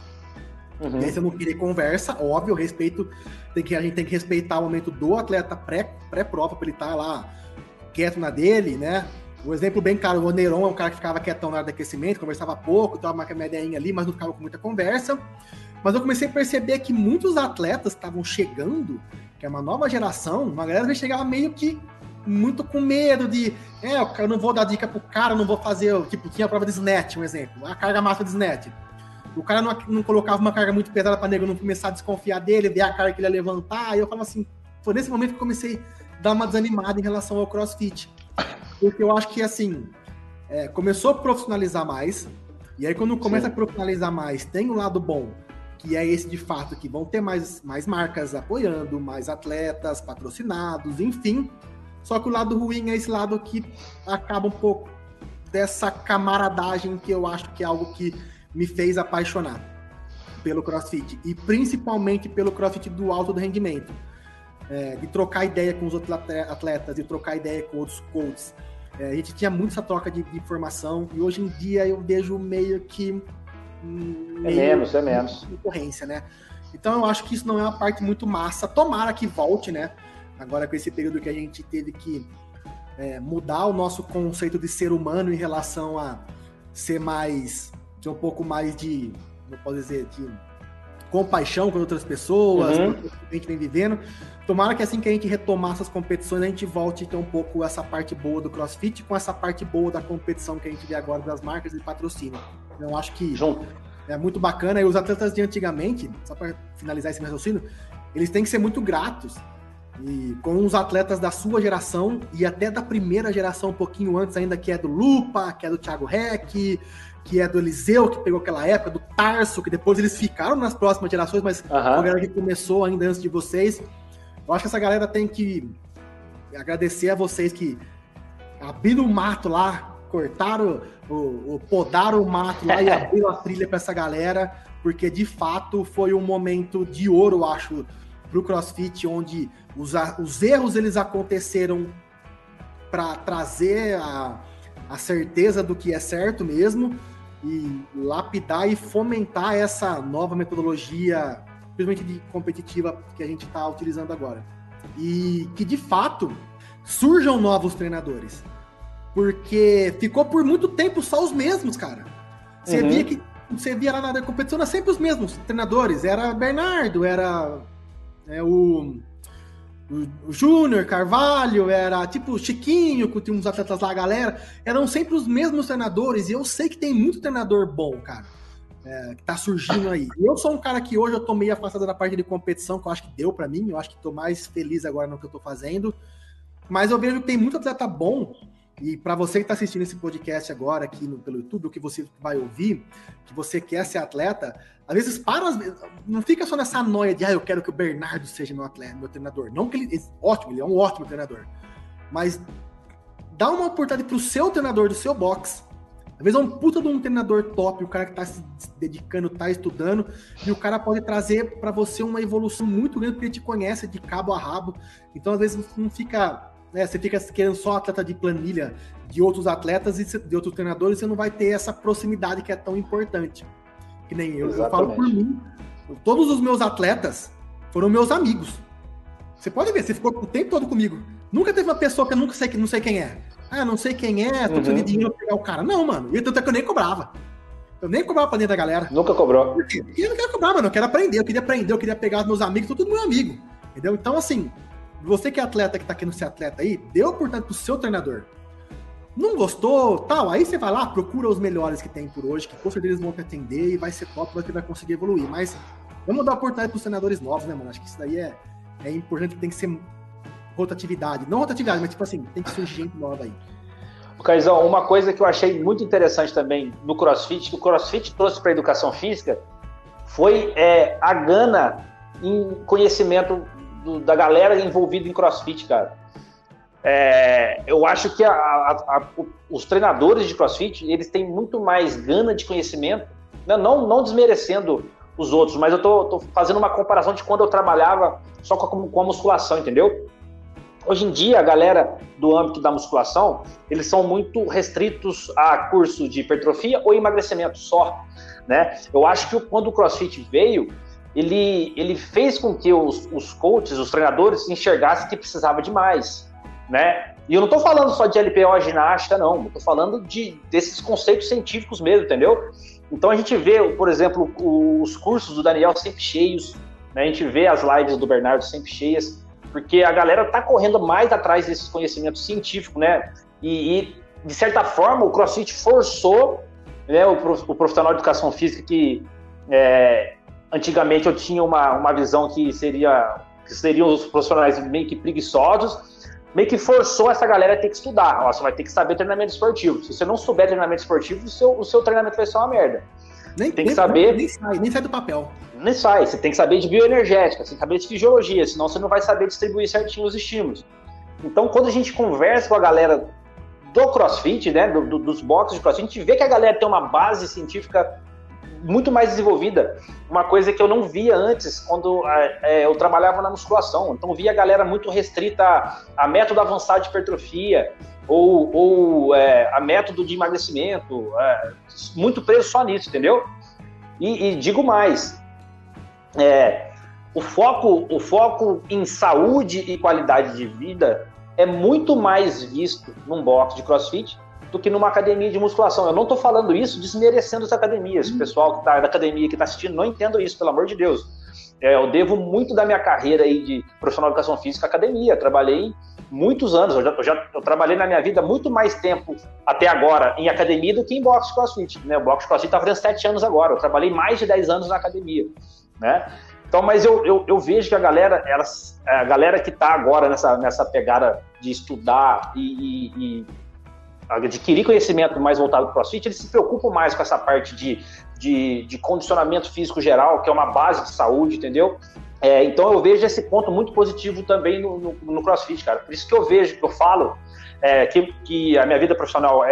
e aí você não querer conversa, óbvio, respeito, a gente tem que respeitar o momento do atleta pré-prova, pra ele estar lá quieto na dele, né? O exemplo bem claro, o Oneron é um cara que ficava quietão na hora do aquecimento, conversava pouco, dava uma ideinha ali, mas não ficava com muita conversa. Mas eu comecei a perceber que muitos atletas estavam chegando, que é uma nova geração, uma galera que chegava meio que muito com medo de, eu não vou dar dica pro cara, não vou fazer, tipo, tinha a prova de snatch, um exemplo, a carga máxima de snatch. O cara não colocava uma carga muito pesada para nego não começar a desconfiar dele, ver a carga que ele ia levantar, e eu falava assim, foi nesse momento que eu comecei a dar uma desanimada em relação ao CrossFit. Porque eu acho que, assim, começou a profissionalizar mais, e aí quando começa a profissionalizar mais, tem um lado bom, que é esse de fato, que vão ter mais marcas apoiando, mais atletas patrocinados, enfim. Só que o lado ruim é esse lado que acaba um pouco dessa camaradagem que eu acho que é algo que me fez apaixonar pelo CrossFit, e principalmente pelo CrossFit do alto rendimento. De trocar ideia com os outros atletas, de trocar ideia com outros coaches. A gente tinha muito essa troca de informação, e hoje em dia eu vejo meio que
É menos.
Concorrência, né? Então eu acho que isso não é uma parte muito massa. Tomara que volte, né? Agora com esse período que a gente teve que mudar o nosso conceito de ser humano em relação a ser um pouco mais de, não posso dizer, de compaixão com outras pessoas, com o que a gente vem vivendo. Tomara que assim que a gente retomar essas competições, a gente volte a ter um pouco essa parte boa do CrossFit com essa parte boa da competição que a gente vê agora das marcas de patrocínio. Eu acho que é muito bacana. E os atletas de antigamente, só para finalizar esse raciocínio, eles têm que ser muito gratos. E com os atletas da sua geração e até da primeira geração, um pouquinho antes ainda, que é do Lupa, que é do Thiago Reck, que é do Eliseu, que pegou aquela época, do Tarso, que depois eles ficaram nas próximas gerações, mas foi a galera que começou ainda antes de vocês. Eu acho que essa galera tem que agradecer a vocês que abriram o mato lá, cortaram, podaram o mato lá e abriram a trilha para essa galera, porque de fato foi um momento de ouro, eu acho, pro CrossFit, onde os erros eles aconteceram para trazer a certeza do que é certo mesmo e lapidar e fomentar essa nova metodologia, principalmente de competitiva, que a gente está utilizando agora. E que, de fato, surjam novos treinadores. Porque ficou por muito tempo só os mesmos, cara. Você via lá na competição, era sempre os mesmos treinadores. Era Bernardo, era o Júnior, Carvalho, era tipo Chiquinho, que tinha uns atletas lá, a galera. Eram sempre os mesmos treinadores. E eu sei que tem muito treinador bom, cara. Que tá surgindo aí. Eu sou um cara que hoje eu tô meio afastado da parte de competição, que eu acho que deu pra mim, eu acho que tô mais feliz agora no que eu tô fazendo, mas eu vejo que tem muito atleta bom, e pra você que tá assistindo esse podcast agora aqui pelo YouTube, ou que você vai ouvir, que você quer ser atleta, às vezes não fica só nessa noia de eu quero que o Bernardo seja meu atleta, meu treinador, não que ele é um ótimo treinador, mas dá uma oportunidade pro seu treinador do seu box. Às vezes é um puta de um treinador top, o cara que tá se dedicando, tá estudando, e o cara pode trazer para você uma evolução muito grande, porque ele te conhece de cabo a rabo. Então, às vezes, não fica, você fica querendo só atleta de planilha de outros atletas e de outros treinadores, você não vai ter essa proximidade que é tão importante. Que nem eu falo por mim, todos os meus atletas foram meus amigos. Você pode ver, você ficou o tempo todo comigo. Nunca teve uma pessoa que eu não sei quem é. Não sei quem é, tô precisando de dinheiro pra pegar o cara. Não, mano. E tanto é que eu nem cobrava. Eu nem cobrava pra dentro da galera.
Nunca cobrou.
Porque eu não quero cobrar, mano. Eu quero aprender. Eu queria pegar os meus amigos, tô tudo meu amigo. Entendeu? Então, assim, você que é atleta, que tá querendo ser atleta aí, dê oportunidade pro seu treinador. Não gostou, tal, aí você vai lá, procura os melhores que tem por hoje, que com certeza eles vão te atender e vai ser top, você vai conseguir evoluir. Mas vamos dar oportunidade pros treinadores novos, né, mano? Acho que isso daí é importante, tem que ser rotatividade. Não rotatividade, mas tipo assim, tem que surgir gente nova aí.
Caizão, uma coisa que eu achei muito interessante também no CrossFit, que o CrossFit trouxe para a educação física, foi a gana em conhecimento da galera envolvida em CrossFit, cara. Eu acho que os treinadores de CrossFit, eles têm muito mais gana de conhecimento, não desmerecendo os outros, mas eu tô fazendo uma comparação de quando eu trabalhava só com a musculação, entendeu? Hoje em dia, a galera do âmbito da musculação, eles são muito restritos a curso de hipertrofia ou emagrecimento só, né? Eu acho que quando o CrossFit veio, ele fez com que os coaches, os treinadores, enxergassem que precisava de mais, né? E eu não estou falando só de LPO, ginástica, não. Eu estou falando desses conceitos científicos mesmo, entendeu? Então a gente vê, por exemplo, os cursos do Daniel sempre cheios, né? A gente vê as lives do Bernardo sempre cheias, porque a galera está correndo mais atrás desses conhecimentos científicos, né? E de certa forma, o CrossFit forçou, né, o profissional de educação física que antigamente eu tinha uma visão que seriam os profissionais meio que preguiçosos, meio que forçou essa galera a ter que estudar. Você vai ter que saber treinamento esportivo. Se você não souber treinamento esportivo, o seu treinamento vai ser uma merda. Nem
sai do papel.
Nem sai. Você tem que saber de bioenergética, você tem que saber de fisiologia, senão você não vai saber distribuir certinho os estímulos. Então, quando a gente conversa com a galera do CrossFit, né, dos boxes de CrossFit, a gente vê que a galera tem uma base científica muito mais desenvolvida, uma coisa que eu não via antes quando eu trabalhava na musculação. Então eu via a galera muito restrita a método avançado de hipertrofia ou a método de emagrecimento, muito preso só nisso, entendeu? E digo mais, o foco em saúde e qualidade de vida é muito mais visto num box de CrossFit do que numa academia de musculação. Eu não estou falando isso desmerecendo as academias. O pessoal que tá da academia que está assistindo, não entendo isso, pelo amor de Deus. Eu devo muito da minha carreira aí de profissional de educação física à academia. Eu trabalhei muitos anos. Eu trabalhei na minha vida muito mais tempo até agora em academia do que em box de CrossFit. Né? O box de CrossFit está fazendo 7 anos agora. Eu trabalhei mais de 10 anos na academia. Né? Então, mas eu vejo que a galera que está agora nessa pegada de estudar e adquirir conhecimento mais voltado para o CrossFit, eles se preocupam mais com essa parte de condicionamento físico geral, que é uma base de saúde, entendeu? Então eu vejo esse ponto muito positivo também no CrossFit, cara. Por isso que eu falo que a minha vida profissional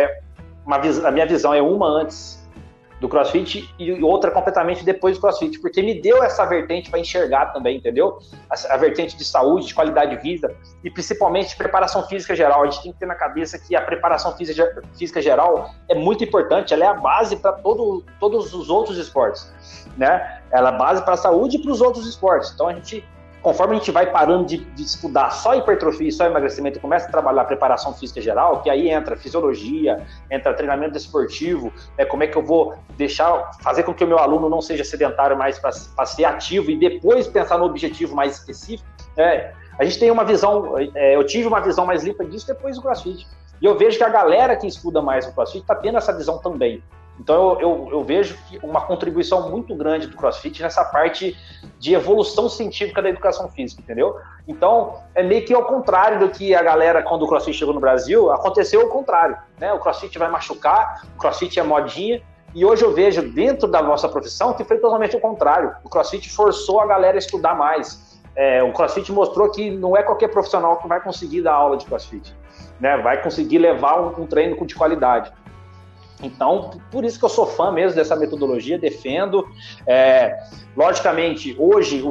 a minha visão é uma antes do CrossFit e outra completamente depois do CrossFit, porque me deu essa vertente para enxergar também, entendeu? A vertente de saúde, de qualidade de vida e principalmente de preparação física geral. A gente tem que ter na cabeça que a preparação física geral é muito importante, ela é a base para todos os outros esportes, né? Ela é a base para a saúde e para os outros esportes. Então conforme a gente vai parando de estudar só hipertrofia e só emagrecimento e começa a trabalhar a preparação física geral, que aí entra fisiologia, entra treinamento esportivo, como é que eu vou fazer com que o meu aluno não seja sedentário mais para ser ativo e depois pensar no objetivo mais específico. A gente tem uma visão, eu tive uma visão mais limpa disso depois do CrossFit. E eu vejo que a galera que estuda mais o CrossFit está tendo essa visão também. Então eu vejo uma contribuição muito grande do CrossFit nessa parte de evolução científica da educação física, entendeu? Então é meio que ao contrário do que a galera, quando o CrossFit chegou no Brasil, aconteceu ao contrário, né? O CrossFit vai machucar, o CrossFit é modinha, e hoje eu vejo dentro da nossa profissão que foi totalmente o contrário. O CrossFit forçou a galera a estudar mais. O CrossFit mostrou que não é qualquer profissional que vai conseguir dar aula de CrossFit, né? Vai conseguir levar um treino de qualidade. Então, por isso que eu sou fã mesmo dessa metodologia, defendo. Logicamente, hoje,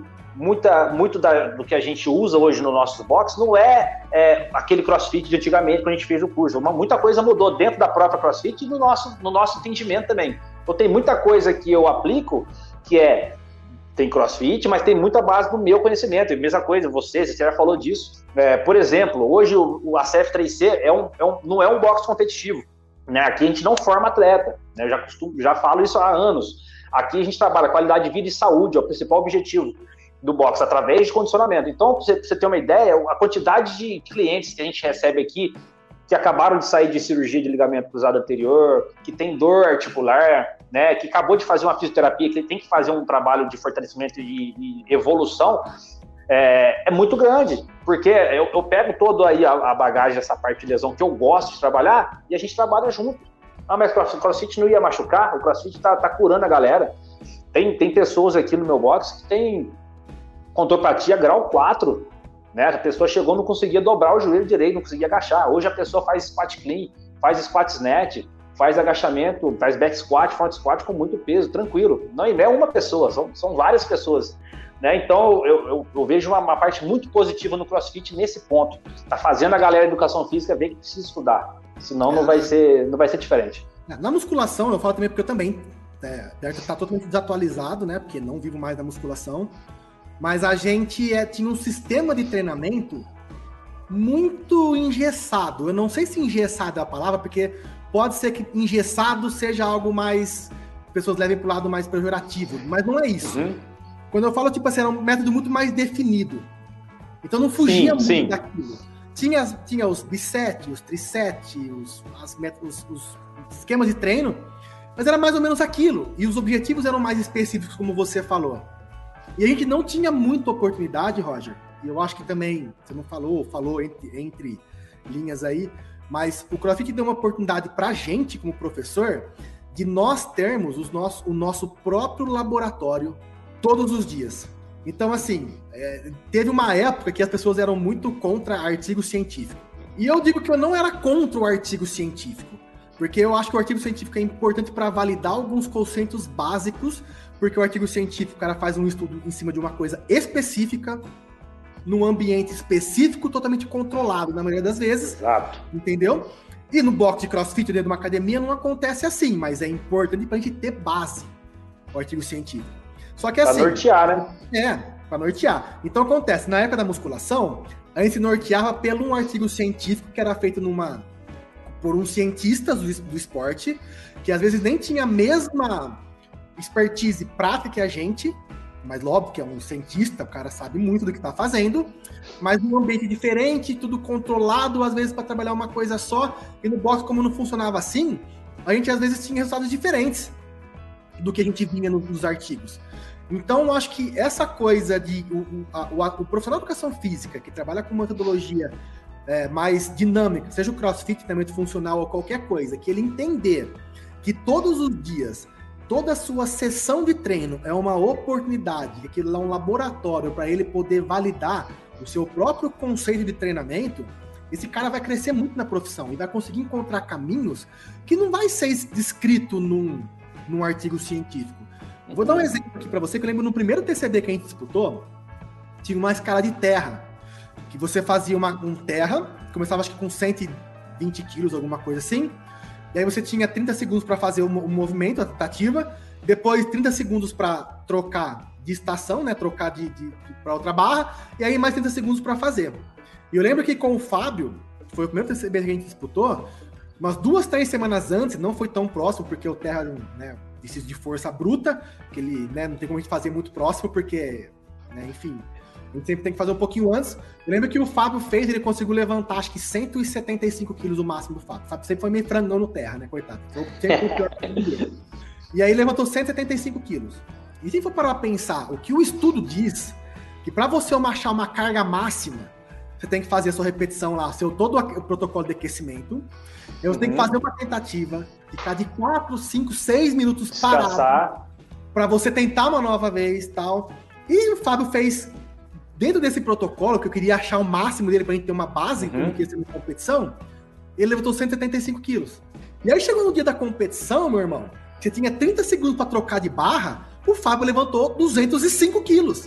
muito do que a gente usa hoje no nosso box não é aquele CrossFit de antigamente, quando a gente fez o curso. Muita coisa mudou dentro da própria CrossFit e no nosso entendimento também. Então, tem muita coisa que eu aplico que tem CrossFit, mas tem muita base do meu conhecimento. E mesma coisa, você já falou disso. Por exemplo, hoje o ACF3C não é um box competitivo. Né? Aqui a gente não forma atleta, né? Eu já falo isso há anos. Aqui a gente trabalha qualidade de vida e saúde, é o principal objetivo do box, através de condicionamento. Então, para você ter uma ideia, a quantidade de clientes que a gente recebe aqui, que acabaram de sair de cirurgia de ligamento cruzado anterior, que tem dor articular, né? Que acabou de fazer uma fisioterapia, que tem que fazer um trabalho de fortalecimento e evolução, é muito grande, porque eu pego todo aí a bagagem, essa parte de lesão que eu gosto de trabalhar, e a gente trabalha junto. Mas o CrossFit não ia machucar, o CrossFit tá curando a galera. Tem pessoas aqui no meu box que tem contorpatia grau 4, né? A pessoa chegou, não conseguia dobrar o joelho direito, não conseguia agachar. Hoje a pessoa faz squat clean, faz squat snatch, faz agachamento, faz back squat, front squat com muito peso, tranquilo. Não é uma pessoa, são várias pessoas. Né? Então, eu vejo uma parte muito positiva no CrossFit nesse ponto. Tá fazendo a galera de educação física ver que precisa estudar. Senão não vai ser diferente.
Na musculação, eu falo também porque eu também deve estar totalmente desatualizado, né? Porque não vivo mais na musculação. Mas a gente tinha um sistema de treinamento muito engessado. Eu não sei se engessado é a palavra, porque pode ser que engessado seja algo mais... pessoas levem para o lado mais pejorativo, mas não é isso. Quando eu falo, tipo assim, era um método muito mais definido. Então não fugia muito daquilo. Tinha os bisets, os trisets, os esquemas de treino, mas era mais ou menos aquilo. E os objetivos eram mais específicos, como você falou. E a gente não tinha muita oportunidade, Roger, e eu acho que também, você não falou entre linhas aí, mas o CrossFit deu uma oportunidade pra gente, como professor, de nós termos o nosso próprio laboratório todos os dias. Então, assim, teve uma época que as pessoas eram muito contra artigo científico. E eu digo que eu não era contra o artigo científico, porque eu acho que o artigo científico é importante para validar alguns conceitos básicos, porque o artigo científico, o cara faz um estudo em cima de uma coisa específica, num ambiente específico, totalmente controlado, na maioria das vezes.
Exato.
Entendeu? E no box de CrossFit, dentro de uma academia, não acontece assim, mas é importante para a gente ter base. o artigo científico. Só que assim...
Para nortear,
né? Para nortear. Então acontece, na época da musculação, a gente se norteava pelo um artigo científico que era feito por uns cientistas do esporte, que às vezes nem tinha a mesma expertise prática que a gente, mas óbvio que é um cientista, o cara sabe muito do que está fazendo, mas num ambiente diferente, tudo controlado, às vezes para trabalhar uma coisa só, e no boxe, como não funcionava assim, a gente às vezes tinha resultados diferentes do que a gente vinha nos artigos. Então, eu acho que essa coisa de o profissional de educação física, que trabalha com metodologia mais dinâmica, seja o crossfit, treinamento funcional ou qualquer coisa, que ele entender que todos os dias, toda a sua sessão de treino é uma oportunidade, que aquilo é um laboratório para ele poder validar o seu próprio conceito de treinamento, esse cara vai crescer muito na profissão e vai conseguir encontrar caminhos que não vai ser descrito num artigo científico. Vou dar um exemplo aqui para você, que eu lembro no primeiro TCB que a gente disputou, tinha uma escala de terra, que você fazia um terra, começava acho que com 120 quilos, alguma coisa assim, e aí você tinha 30 segundos para fazer o movimento, a tentativa, depois 30 segundos para trocar de estação, né, trocar para outra barra, e aí mais 30 segundos para fazer. E eu lembro que com o Fábio, foi o primeiro TCB que a gente disputou, umas 2-3 semanas antes, não foi tão próximo, porque o terra, né, precisa de força bruta, que ele, né, não tem como a gente fazer muito próximo, porque, né, enfim, a gente sempre tem que fazer um pouquinho antes. Eu lembro que o Fábio fez, ele conseguiu levantar, acho que 175 quilos o máximo do Fábio. Fábio sempre foi meio frangão no terra, né, coitado. E aí levantou 175 quilos. E se for parar pra pensar, o que o estudo diz, que para você achar uma carga máxima, você tem que fazer a sua repetição lá, todo o protocolo de aquecimento. Eu tenho que fazer uma tentativa, ficar de 4, 5, 6 minutos parado para você tentar uma nova vez e tal. E o Fábio fez, dentro desse protocolo, que eu queria achar o máximo dele pra gente ter uma base como que ia ser uma competição, ele levantou 175 quilos. E aí chegou no dia da competição, meu irmão, você tinha 30 segundos para trocar de barra, o Fábio levantou 205 quilos.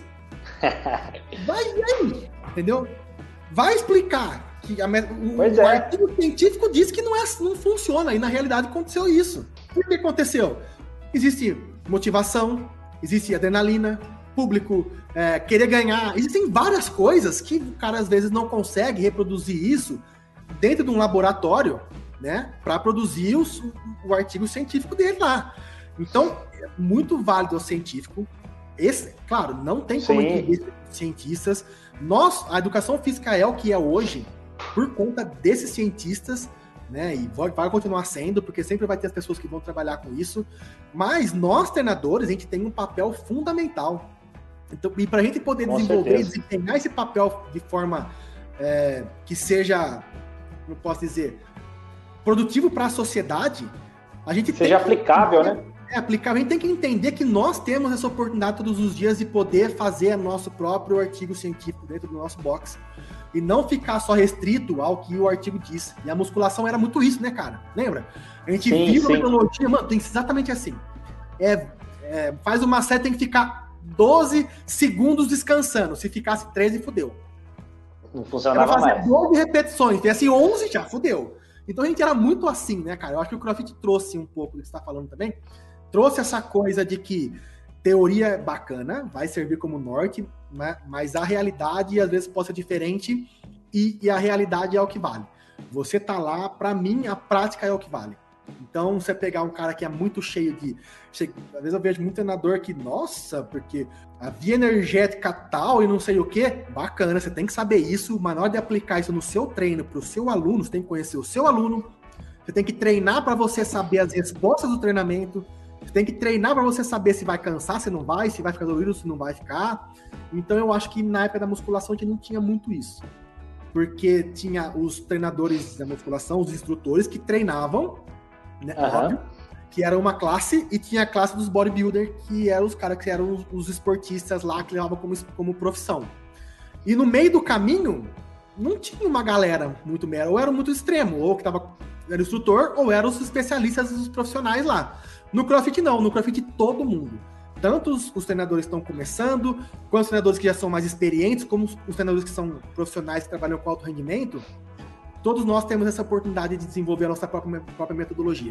Vai aí, entendeu? Vai explicar que o artigo científico diz que não funciona, e na realidade aconteceu isso. Por que aconteceu? Existe motivação, existe adrenalina, público, querer ganhar, existem várias coisas que o cara às vezes não consegue reproduzir isso dentro de um laboratório, né, para produzir o artigo científico dele lá. Então, é muito válido o científico. Claro, não tem como entender cientistas. A educação física é o que é hoje por conta desses cientistas, né? E vai continuar sendo, porque sempre vai ter as pessoas que vão trabalhar com isso. Mas nós, treinadores, a gente tem um papel fundamental. Então, e para a gente poder desenvolver e desempenhar esse papel de forma que seja, como eu posso dizer, produtivo para a sociedade, a gente
seja aplicável, né?
Aplicável. A gente tem que entender que nós temos essa oportunidade todos os dias de poder fazer nosso próprio artigo científico dentro do nosso box. E não ficar só restrito ao que o artigo diz. E a musculação era muito isso, né, cara? Lembra? A gente viu a metodologia, mano, tem exatamente assim. Faz uma série, tem que ficar 12 segundos descansando. Se ficasse 13, fudeu.
Não funcionava mais.
12 repetições, tem assim 11, já fudeu. Então a gente era muito assim, né, cara? Eu acho que o CrossFit trouxe um pouco do que você está falando também. Trouxe essa coisa de que teoria é bacana, vai servir como norte, né? Mas a realidade às vezes pode ser diferente e a realidade é o que vale. Você tá lá, para mim, a prática é o que vale. Então, você pegar um cara que é muito cheio de... Às vezes eu vejo muito treinador que, nossa, porque a via energética tal e não sei o quê, bacana, você tem que saber isso, mas na hora de aplicar isso no seu treino, para o seu aluno, você tem que conhecer o seu aluno, você tem que treinar para você saber as respostas do treinamento, você tem que treinar para você saber se vai cansar, se não vai, se vai ficar dolorido, se não vai ficar. Então, eu acho que na época da musculação a gente não tinha muito isso. Porque tinha os treinadores da musculação, os instrutores que treinavam, né, óbvio, que era uma classe, e tinha a classe dos bodybuilder, que eram os caras que eram os esportistas lá, que levavam como profissão. E no meio do caminho, não tinha uma galera muito mera, ou era muito extremo, ou que era o instrutor, ou eram os especialistas, os profissionais lá. No CrossFit não, no CrossFit todo mundo. Tanto os treinadores que estão começando, quanto os treinadores que já são mais experientes, como os treinadores que são profissionais que trabalham com alto rendimento, todos nós temos essa oportunidade de desenvolver a nossa própria metodologia.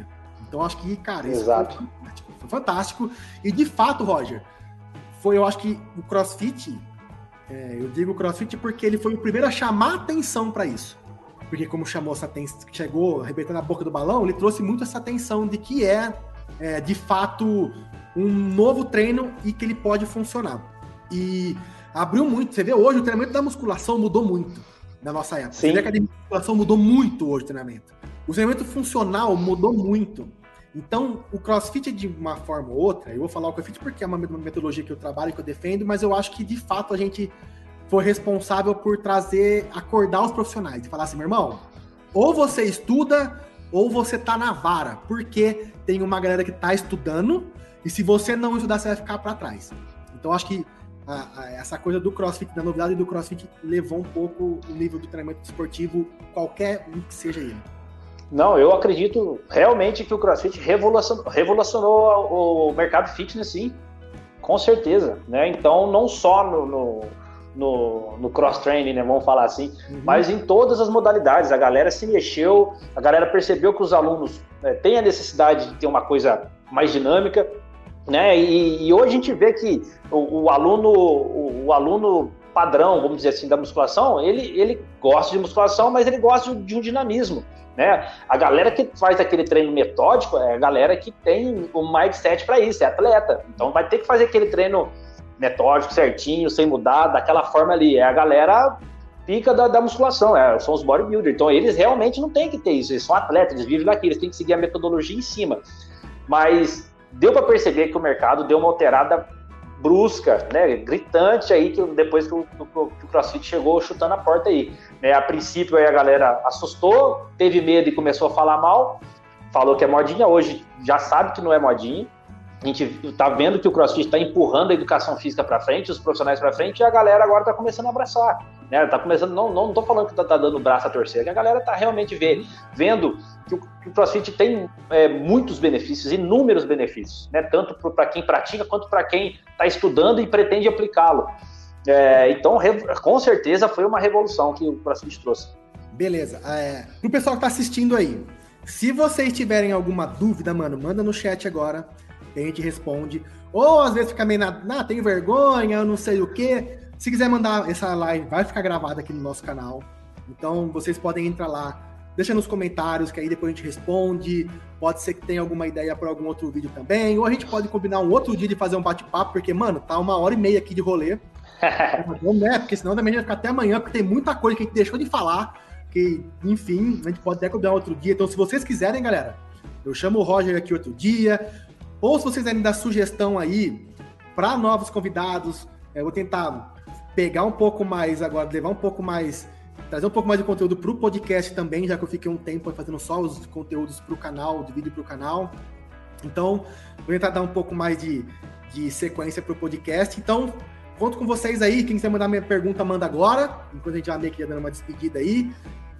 Então, acho que, cara, isso foi fantástico. E, de fato, Roger, eu acho que o CrossFit, eu digo CrossFit porque ele foi o primeiro a chamar atenção para isso. Porque como chamou essa atenção, chegou arrebentando a boca do balão, ele trouxe muito essa atenção de que de fato, um novo treino e que ele pode funcionar. E abriu muito. Você vê hoje, o treinamento da musculação mudou muito na nossa época.
Sim.
Você vê que a academia de musculação mudou muito hoje o treinamento. O treinamento funcional mudou muito. Então, o CrossFit, de uma forma ou outra, eu vou falar o CrossFit porque é uma metodologia que eu trabalho e que eu defendo, mas eu acho que, de fato, a gente foi responsável por acordar os profissionais e falar assim, meu irmão, ou você estuda ou você tá na vara, porque tem uma galera que tá estudando e se você não estudar, você vai ficar para trás. Então, acho que essa coisa do CrossFit, da novidade do CrossFit, levou um pouco o nível do treinamento esportivo, qualquer um que seja ele.
Não, eu acredito realmente que o CrossFit revolucionou o mercado fitness, sim, com certeza, né? Então, não só no cross-training, né, vamos falar assim, mas em todas as modalidades. A galera se mexeu, a galera percebeu que os alunos têm a necessidade de ter uma coisa mais dinâmica, né? E hoje a gente vê que o aluno padrão, vamos dizer assim, da musculação, ele gosta de musculação, mas ele gosta de um dinamismo. Né? A galera que faz aquele treino metódico é a galera que tem o mindset para isso, é atleta. Então vai ter que fazer aquele treino metódico, certinho, sem mudar, daquela forma ali. É a galera pica da musculação, são os bodybuilders. Então eles realmente não têm que ter isso, eles são atletas, eles vivem daquilo, eles têm que seguir a metodologia em cima. Mas deu para perceber que o mercado deu uma alterada brusca, né, gritante aí, depois que o CrossFit chegou chutando a porta aí. A princípio aí a galera assustou, teve medo e começou a falar mal, falou que é modinha, hoje já sabe que não é modinha. A gente tá vendo que o CrossFit está empurrando a educação física para frente, os profissionais para frente, e a galera agora tá começando a abraçar, né? Tá começando, não tô falando que tá dando o braço a torcer, que a galera tá realmente vendo que o CrossFit tem muitos benefícios, inúmeros benefícios, né? Tanto para quem pratica quanto para quem está estudando e pretende aplicá-lo. Então, com certeza foi uma revolução que o CrossFit trouxe.
Beleza. Pro pessoal que tá assistindo aí, se vocês tiverem alguma dúvida, mano, manda no chat agora, a gente responde. Ou às vezes fica meio tenho vergonha, eu não sei o quê. Se quiser mandar essa live, vai ficar gravada aqui no nosso canal. Então, vocês podem entrar lá, deixa nos comentários, que aí depois a gente responde. Pode ser que tenha alguma ideia para algum outro vídeo também. Ou a gente pode combinar um outro dia de fazer um bate-papo, porque, mano, tá 1h30 aqui de rolê. Né? Porque senão também a gente vai ficar até amanhã, porque tem muita coisa que a gente deixou de falar. Que, enfim, a gente pode até combinar outro dia. Então, se vocês quiserem, galera, eu chamo o Roger aqui outro dia. Ou se vocês quiserem dar sugestão aí para novos convidados, eu vou tentar pegar um pouco mais agora, levar um pouco mais, trazer um pouco mais de conteúdo para o podcast também, já que eu fiquei um tempo fazendo só os conteúdos para o canal, de vídeo para o canal. Então, vou tentar dar um pouco mais de sequência para o podcast. Então, conto com vocês aí. Quem quiser mandar minha pergunta, manda agora, enquanto a gente já meio que dando uma despedida aí.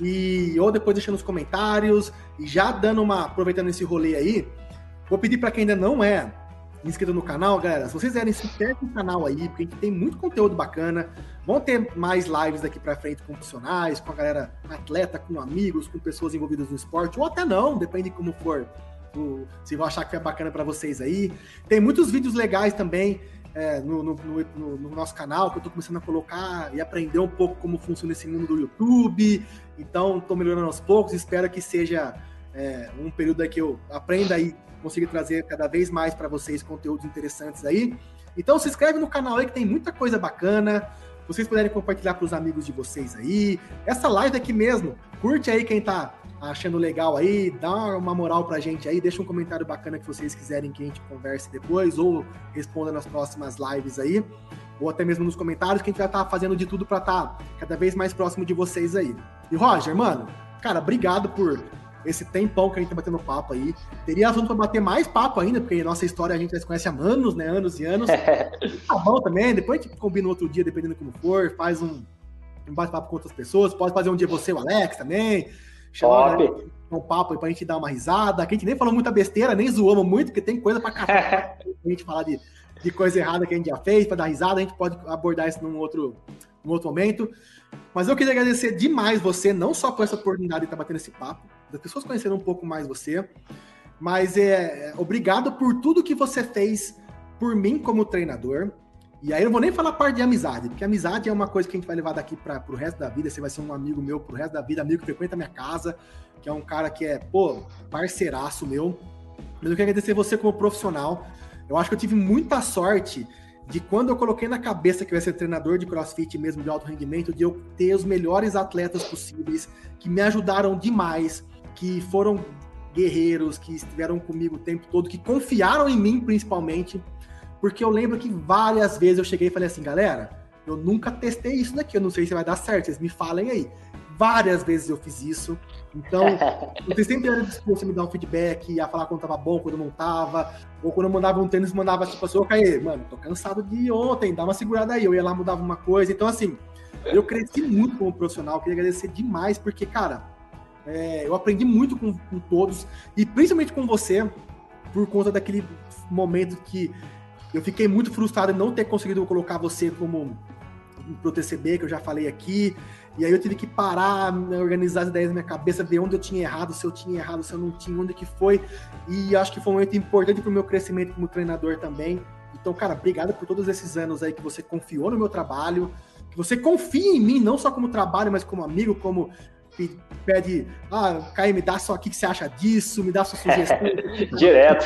Ou depois deixando nos comentários. E já aproveitando esse rolê aí, vou pedir para quem ainda não é inscrito no canal, galera, se vocês quiserem, se inscreve no canal aí, porque a gente tem muito conteúdo bacana. Vão ter mais lives daqui para frente com profissionais, com a galera atleta, com amigos, com pessoas envolvidas no esporte, ou até não, depende de como for, se vão achar que é bacana para vocês aí. Tem muitos vídeos legais também no nosso canal, que eu estou começando a colocar e aprender um pouco como funciona esse mundo do YouTube. Então, estou melhorando aos poucos, espero que seja um período aí que eu aprenda aí, consiga trazer cada vez mais para vocês conteúdos interessantes aí. Então se inscreve no canal aí que tem muita coisa bacana. Se vocês puderem compartilhar para os amigos de vocês aí. Essa live aqui mesmo, curte aí quem tá achando legal aí, dá uma moral pra gente aí, deixa um comentário bacana que vocês quiserem que a gente converse depois ou responda nas próximas lives aí, ou até mesmo nos comentários, que a gente vai estar fazendo de tudo para estar cada vez mais próximo de vocês aí. E Roger, mano, cara, obrigado por esse tempão que a gente tá batendo papo aí. Teria assunto pra bater mais papo ainda, porque a nossa história a gente já se conhece há anos, né? Anos e anos. Tá bom também, depois a gente combina outro dia, dependendo como for, faz um bate-papo com outras pessoas, pode fazer um dia você e o Alex também, chamar um papo aí pra gente dar uma risada, que a gente nem falou muita besteira, nem zoamos muito, porque tem coisa pra caramba pra gente falar de coisa errada que a gente já fez, pra dar risada, a gente pode abordar isso num outro momento. Mas eu queria agradecer demais você, não só por essa oportunidade de estar batendo esse papo, das pessoas conhecendo um pouco mais você, mas obrigado por tudo que você fez por mim como treinador. E aí eu não vou nem falar parte de amizade, porque amizade é uma coisa que a gente vai levar daqui pro resto da vida. Você vai ser um amigo meu pro resto da vida, amigo que frequenta a minha casa, que é um cara que é, parceiraço meu. Mas eu quero agradecer você como profissional. Eu acho que eu tive muita sorte de quando eu coloquei na cabeça que eu ia ser treinador de CrossFit mesmo, de alto rendimento, de eu ter os melhores atletas possíveis, que me ajudaram demais, que foram guerreiros, que estiveram comigo o tempo todo, que confiaram em mim principalmente, porque eu lembro que várias vezes eu cheguei e falei assim, galera, eu nunca testei isso daqui, eu não sei se vai dar certo, vocês me falem aí. Várias vezes eu fiz isso, então vocês sempre eram dispostos a me dar um feedback, a falar quando tava bom, quando não tava, ou quando eu mandava um tênis, mandava tipo assim, ô Caê, mano, tô cansado de ontem, dá uma segurada aí, eu ia lá, mudava uma coisa, então assim, eu cresci muito como profissional, queria agradecer demais, porque, cara, eu aprendi muito com todos, e principalmente com você, por conta daquele momento que eu fiquei muito frustrado em não ter conseguido colocar você como pro TCB, que eu já falei aqui, e aí eu tive que parar, organizar as ideias na minha cabeça, ver onde eu tinha errado, se eu tinha errado, se eu não tinha, onde que foi, e acho que foi um momento importante pro meu crescimento como treinador também. Então, cara, obrigado por todos esses anos aí que você confiou no meu trabalho, que você confia em mim, não só como trabalho, mas como amigo, como pede, Caio, me dá só aqui que você acha disso, me dá sua sugestão.
Direto.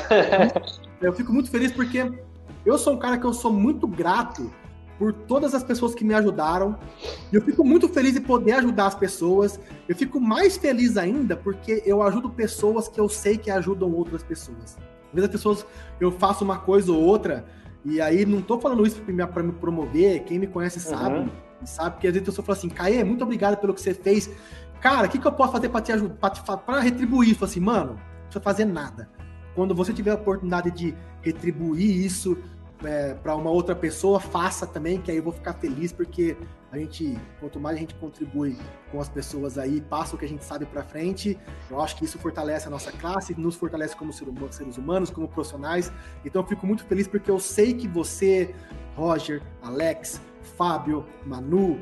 Eu fico muito feliz porque eu sou um cara que eu sou muito grato por todas as pessoas que me ajudaram. E eu fico muito feliz de poder ajudar as pessoas. Eu fico mais feliz ainda porque eu ajudo pessoas que eu sei que ajudam outras pessoas. Às vezes as pessoas, eu faço uma coisa ou outra, e aí não tô falando isso para me promover, quem me conhece sabe, sabe que às vezes a pessoa fala assim, Caê, muito obrigado pelo que você fez. Cara, o que eu posso fazer para te ajudar, para retribuir? Eu falo assim, mano, não precisa fazer nada. Quando você tiver a oportunidade de retribuir isso para uma outra pessoa, faça também, que aí eu vou ficar feliz, porque quanto mais a gente contribui com as pessoas aí, passa o que a gente sabe para frente, eu acho que isso fortalece a nossa classe, nos fortalece como seres humanos, como profissionais. Então eu fico muito feliz porque eu sei que você, Roger, Alex, Fábio, Manu,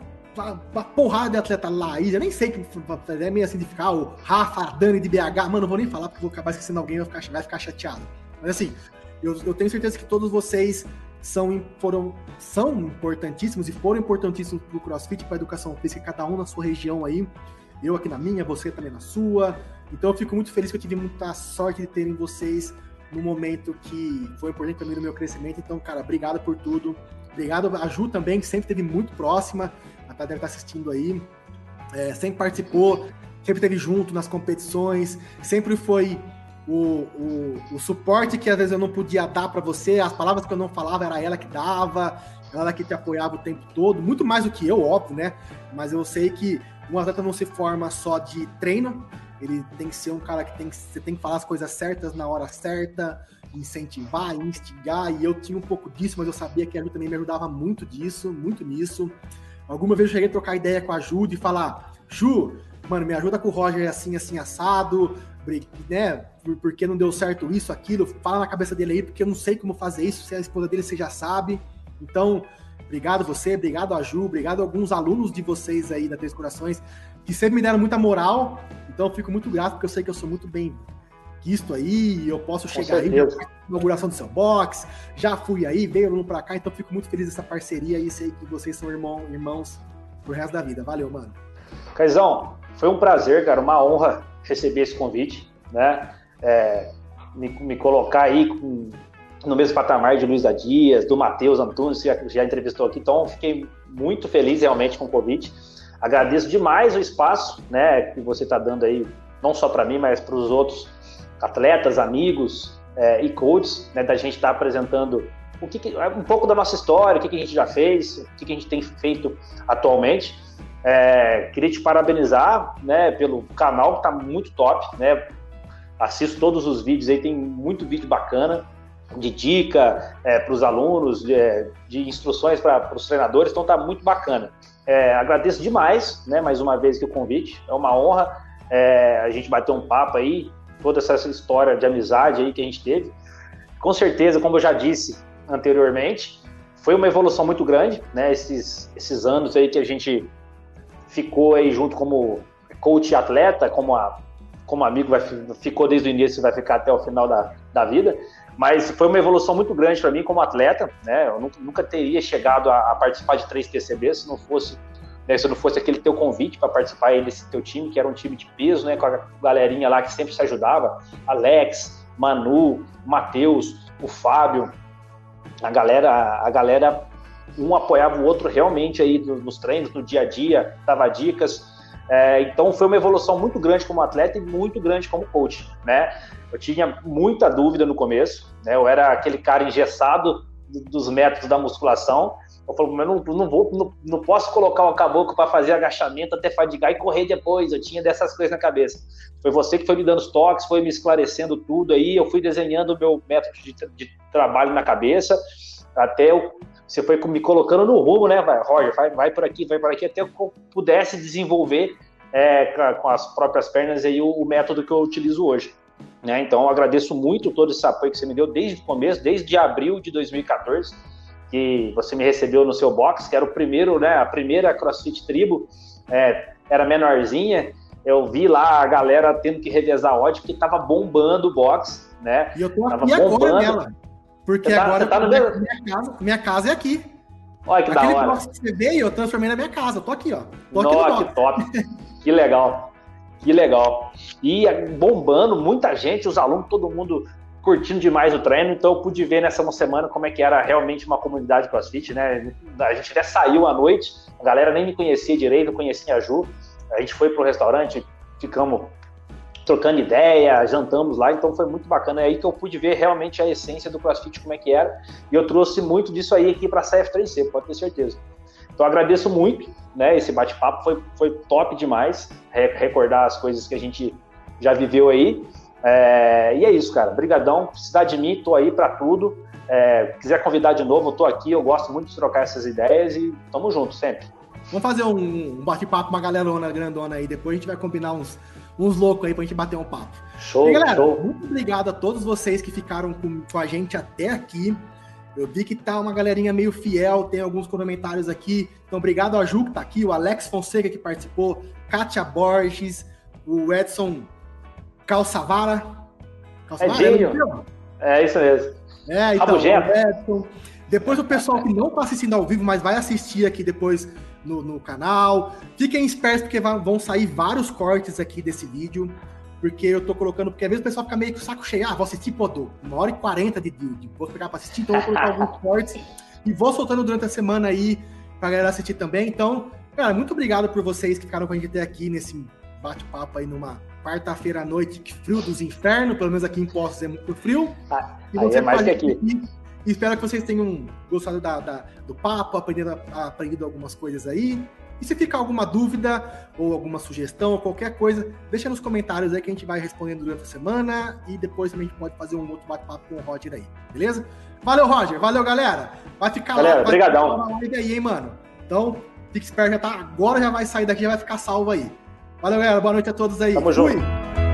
uma porrada de atleta, Laís, eu nem sei que é meio assim de ficar, o Rafa, a Dani de BH, mano, não vou nem falar porque vou acabar esquecendo alguém, vai ficar chateado. Mas assim, eu tenho certeza que todos vocês são importantíssimos e foram importantíssimos para o CrossFit, para a educação física, cada um na sua região aí. Eu aqui na minha, você também na sua. Então eu fico muito feliz que eu tive muita sorte de terem vocês no momento que foi importante para mim no meu crescimento. Então, cara, obrigado por tudo. Obrigado a Ju também, que sempre esteve muito próxima, até deve estar assistindo aí. Sempre participou, sempre esteve junto nas competições, sempre foi o suporte que às vezes eu não podia dar para você, as palavras que eu não falava, era ela que dava, ela que te apoiava o tempo todo, muito mais do que eu, óbvio, né? Mas eu sei que um atleta não se forma só de treino, ele tem que ser um cara que você tem que falar as coisas certas na hora certa, incentivar, instigar, e eu tinha um pouco disso, mas eu sabia que a Ju também me ajudava muito nisso. Alguma vez eu cheguei a trocar ideia com a Ju de falar, Ju, mano, me ajuda com o Roger assim, assado, né? Porque não deu certo isso, aquilo, fala na cabeça dele aí, porque eu não sei como fazer isso, se é a esposa dele você já sabe. Então, obrigado você, obrigado a Ju, obrigado a alguns alunos de vocês aí da Três Corações, que sempre me deram muita moral, então eu fico muito grato, porque eu sei que eu sou muito bem quisto aí, eu posso chegar aí na inauguração do seu box, já fui aí, veio aluno pra cá, então eu fico muito feliz dessa parceria e sei que vocês são irmãos pro resto da vida. Valeu, mano.
Caizão, foi um prazer, cara, uma honra receber esse convite, né? Me colocar aí no mesmo patamar de Luiz Dias, do Matheus Antunes, que já entrevistou aqui, então fiquei muito feliz realmente com o convite. Agradeço demais o espaço, né, que você está dando aí, não só para mim, mas para os outros atletas, amigos e coaches, né, da gente estar apresentando um pouco da nossa história, o que a gente já fez, o que a gente tem feito atualmente. Queria te parabenizar, né, pelo canal, que está muito top, né? Assisto todos os vídeos aí, tem muito vídeo bacana, de dica para os alunos, de instruções para os treinadores, então está muito bacana. Agradeço demais, né, mais uma vez o convite, é uma honra a gente bater um papo aí, toda essa história de amizade aí que a gente teve. Com certeza, como eu já disse anteriormente, foi uma evolução muito grande, né, esses anos aí que a gente ficou aí junto como coach e atleta, como como amigo, ficou desde o início e vai ficar até o final da vida. Mas foi uma evolução muito grande para mim como atleta, né? Eu nunca teria chegado a participar de 3 PCB se não fosse aquele teu convite para participar aí desse teu time, que era um time de peso, né? Com a galerinha lá que sempre se ajudava, Alex, Manu, Matheus, o Fábio, a galera um apoiava o outro realmente aí nos treinos, no dia a dia, dava dicas. Então foi uma evolução muito grande como atleta e muito grande como coach, né? Eu tinha muita dúvida no começo, né? Eu era aquele cara engessado dos métodos da musculação. Eu falei, mas não posso colocar o caboclo para fazer agachamento até fadigar e correr depois. Eu tinha dessas coisas na cabeça. Foi você que foi me dando os toques, foi me esclarecendo tudo aí. Eu fui desenhando o meu método de trabalho na cabeça, até você foi me colocando no rumo, né, Roger? Vai por aqui, até eu pudesse desenvolver com as próprias pernas aí o método que eu utilizo hoje. Né? Então, eu agradeço muito todo esse apoio que você me deu desde o começo, desde abril de 2014, que você me recebeu no seu box, que era o primeiro, né, a primeira CrossFit Tribo, era menorzinha. Eu vi lá a galera tendo que revezar ódio, porque tava bombando o box, né?
E eu tô aqui agora nela, porque agora minha casa é aqui.
Olha que da hora. Aquele
box que você veio, eu transformei na minha casa. Eu tô aqui, ó.
Nossa, que top. Que legal. Que legal. E bombando, muita gente, os alunos, todo mundo curtindo demais o treino, então eu pude ver nessa semana como é que era realmente uma comunidade CrossFit, né? A gente até saiu à noite, a galera nem me conhecia direito, não conhecia a Ju, a gente foi pro restaurante, ficamos trocando ideia, jantamos lá, então foi muito bacana, é aí que eu pude ver realmente a essência do CrossFit, como é que era, e eu trouxe muito disso aí aqui para a CF3C, pode ter certeza. Então agradeço muito, né, esse bate-papo, foi top demais, recordar as coisas que a gente já viveu aí, e é isso, cara, brigadão, precisar de mim, tô aí para tudo, quiser convidar de novo, eu tô aqui, eu gosto muito de trocar essas ideias e tamo junto sempre.
Vamos fazer um bate-papo com uma galerona grandona aí, depois a gente vai combinar uns loucos aí pra gente bater um papo.
Show,
e galera,
show.
Muito obrigado a todos vocês que ficaram com a gente até aqui. Eu vi que tá uma galerinha meio fiel, tem alguns comentários aqui. Então, obrigado a Ju que tá aqui, o Alex Fonseca que participou, Kátia Borges, o Edson Calçavara.
É isso mesmo.
Então, o Edson. Depois o pessoal que não tá assistindo ao vivo, mas vai assistir aqui depois no canal. Fiquem espertos, porque vão sair vários cortes aqui desse vídeo. Porque eu tô colocando, porque às vezes o pessoal fica meio com o saco cheio. Vou assistir, pô, 1h40 de vídeo. Vou pegar pra assistir, então eu vou colocar alguns cortes. E vou soltando durante a semana aí pra galera assistir também. Então, cara, muito obrigado por vocês que ficaram com a gente até aqui nesse bate-papo aí numa quarta-feira à noite, que frio dos infernos. Pelo menos aqui em Poços é muito frio.
E você mais que aqui.
E espero que vocês tenham gostado do papo, aprendido algumas coisas aí. E se ficar alguma dúvida ou alguma sugestão ou qualquer coisa, deixa nos comentários aí que a gente vai respondendo durante a semana e depois também a gente pode fazer um outro bate-papo com o Roger aí, beleza? Valeu, Roger. Valeu, galera. Vai ficar
galera,
lá.
Obrigadão.
Aí, hein, mano. Então, fique esperto, agora já vai sair daqui, já vai ficar salvo aí. Valeu, galera. Boa noite a todos aí.
Tamo junto.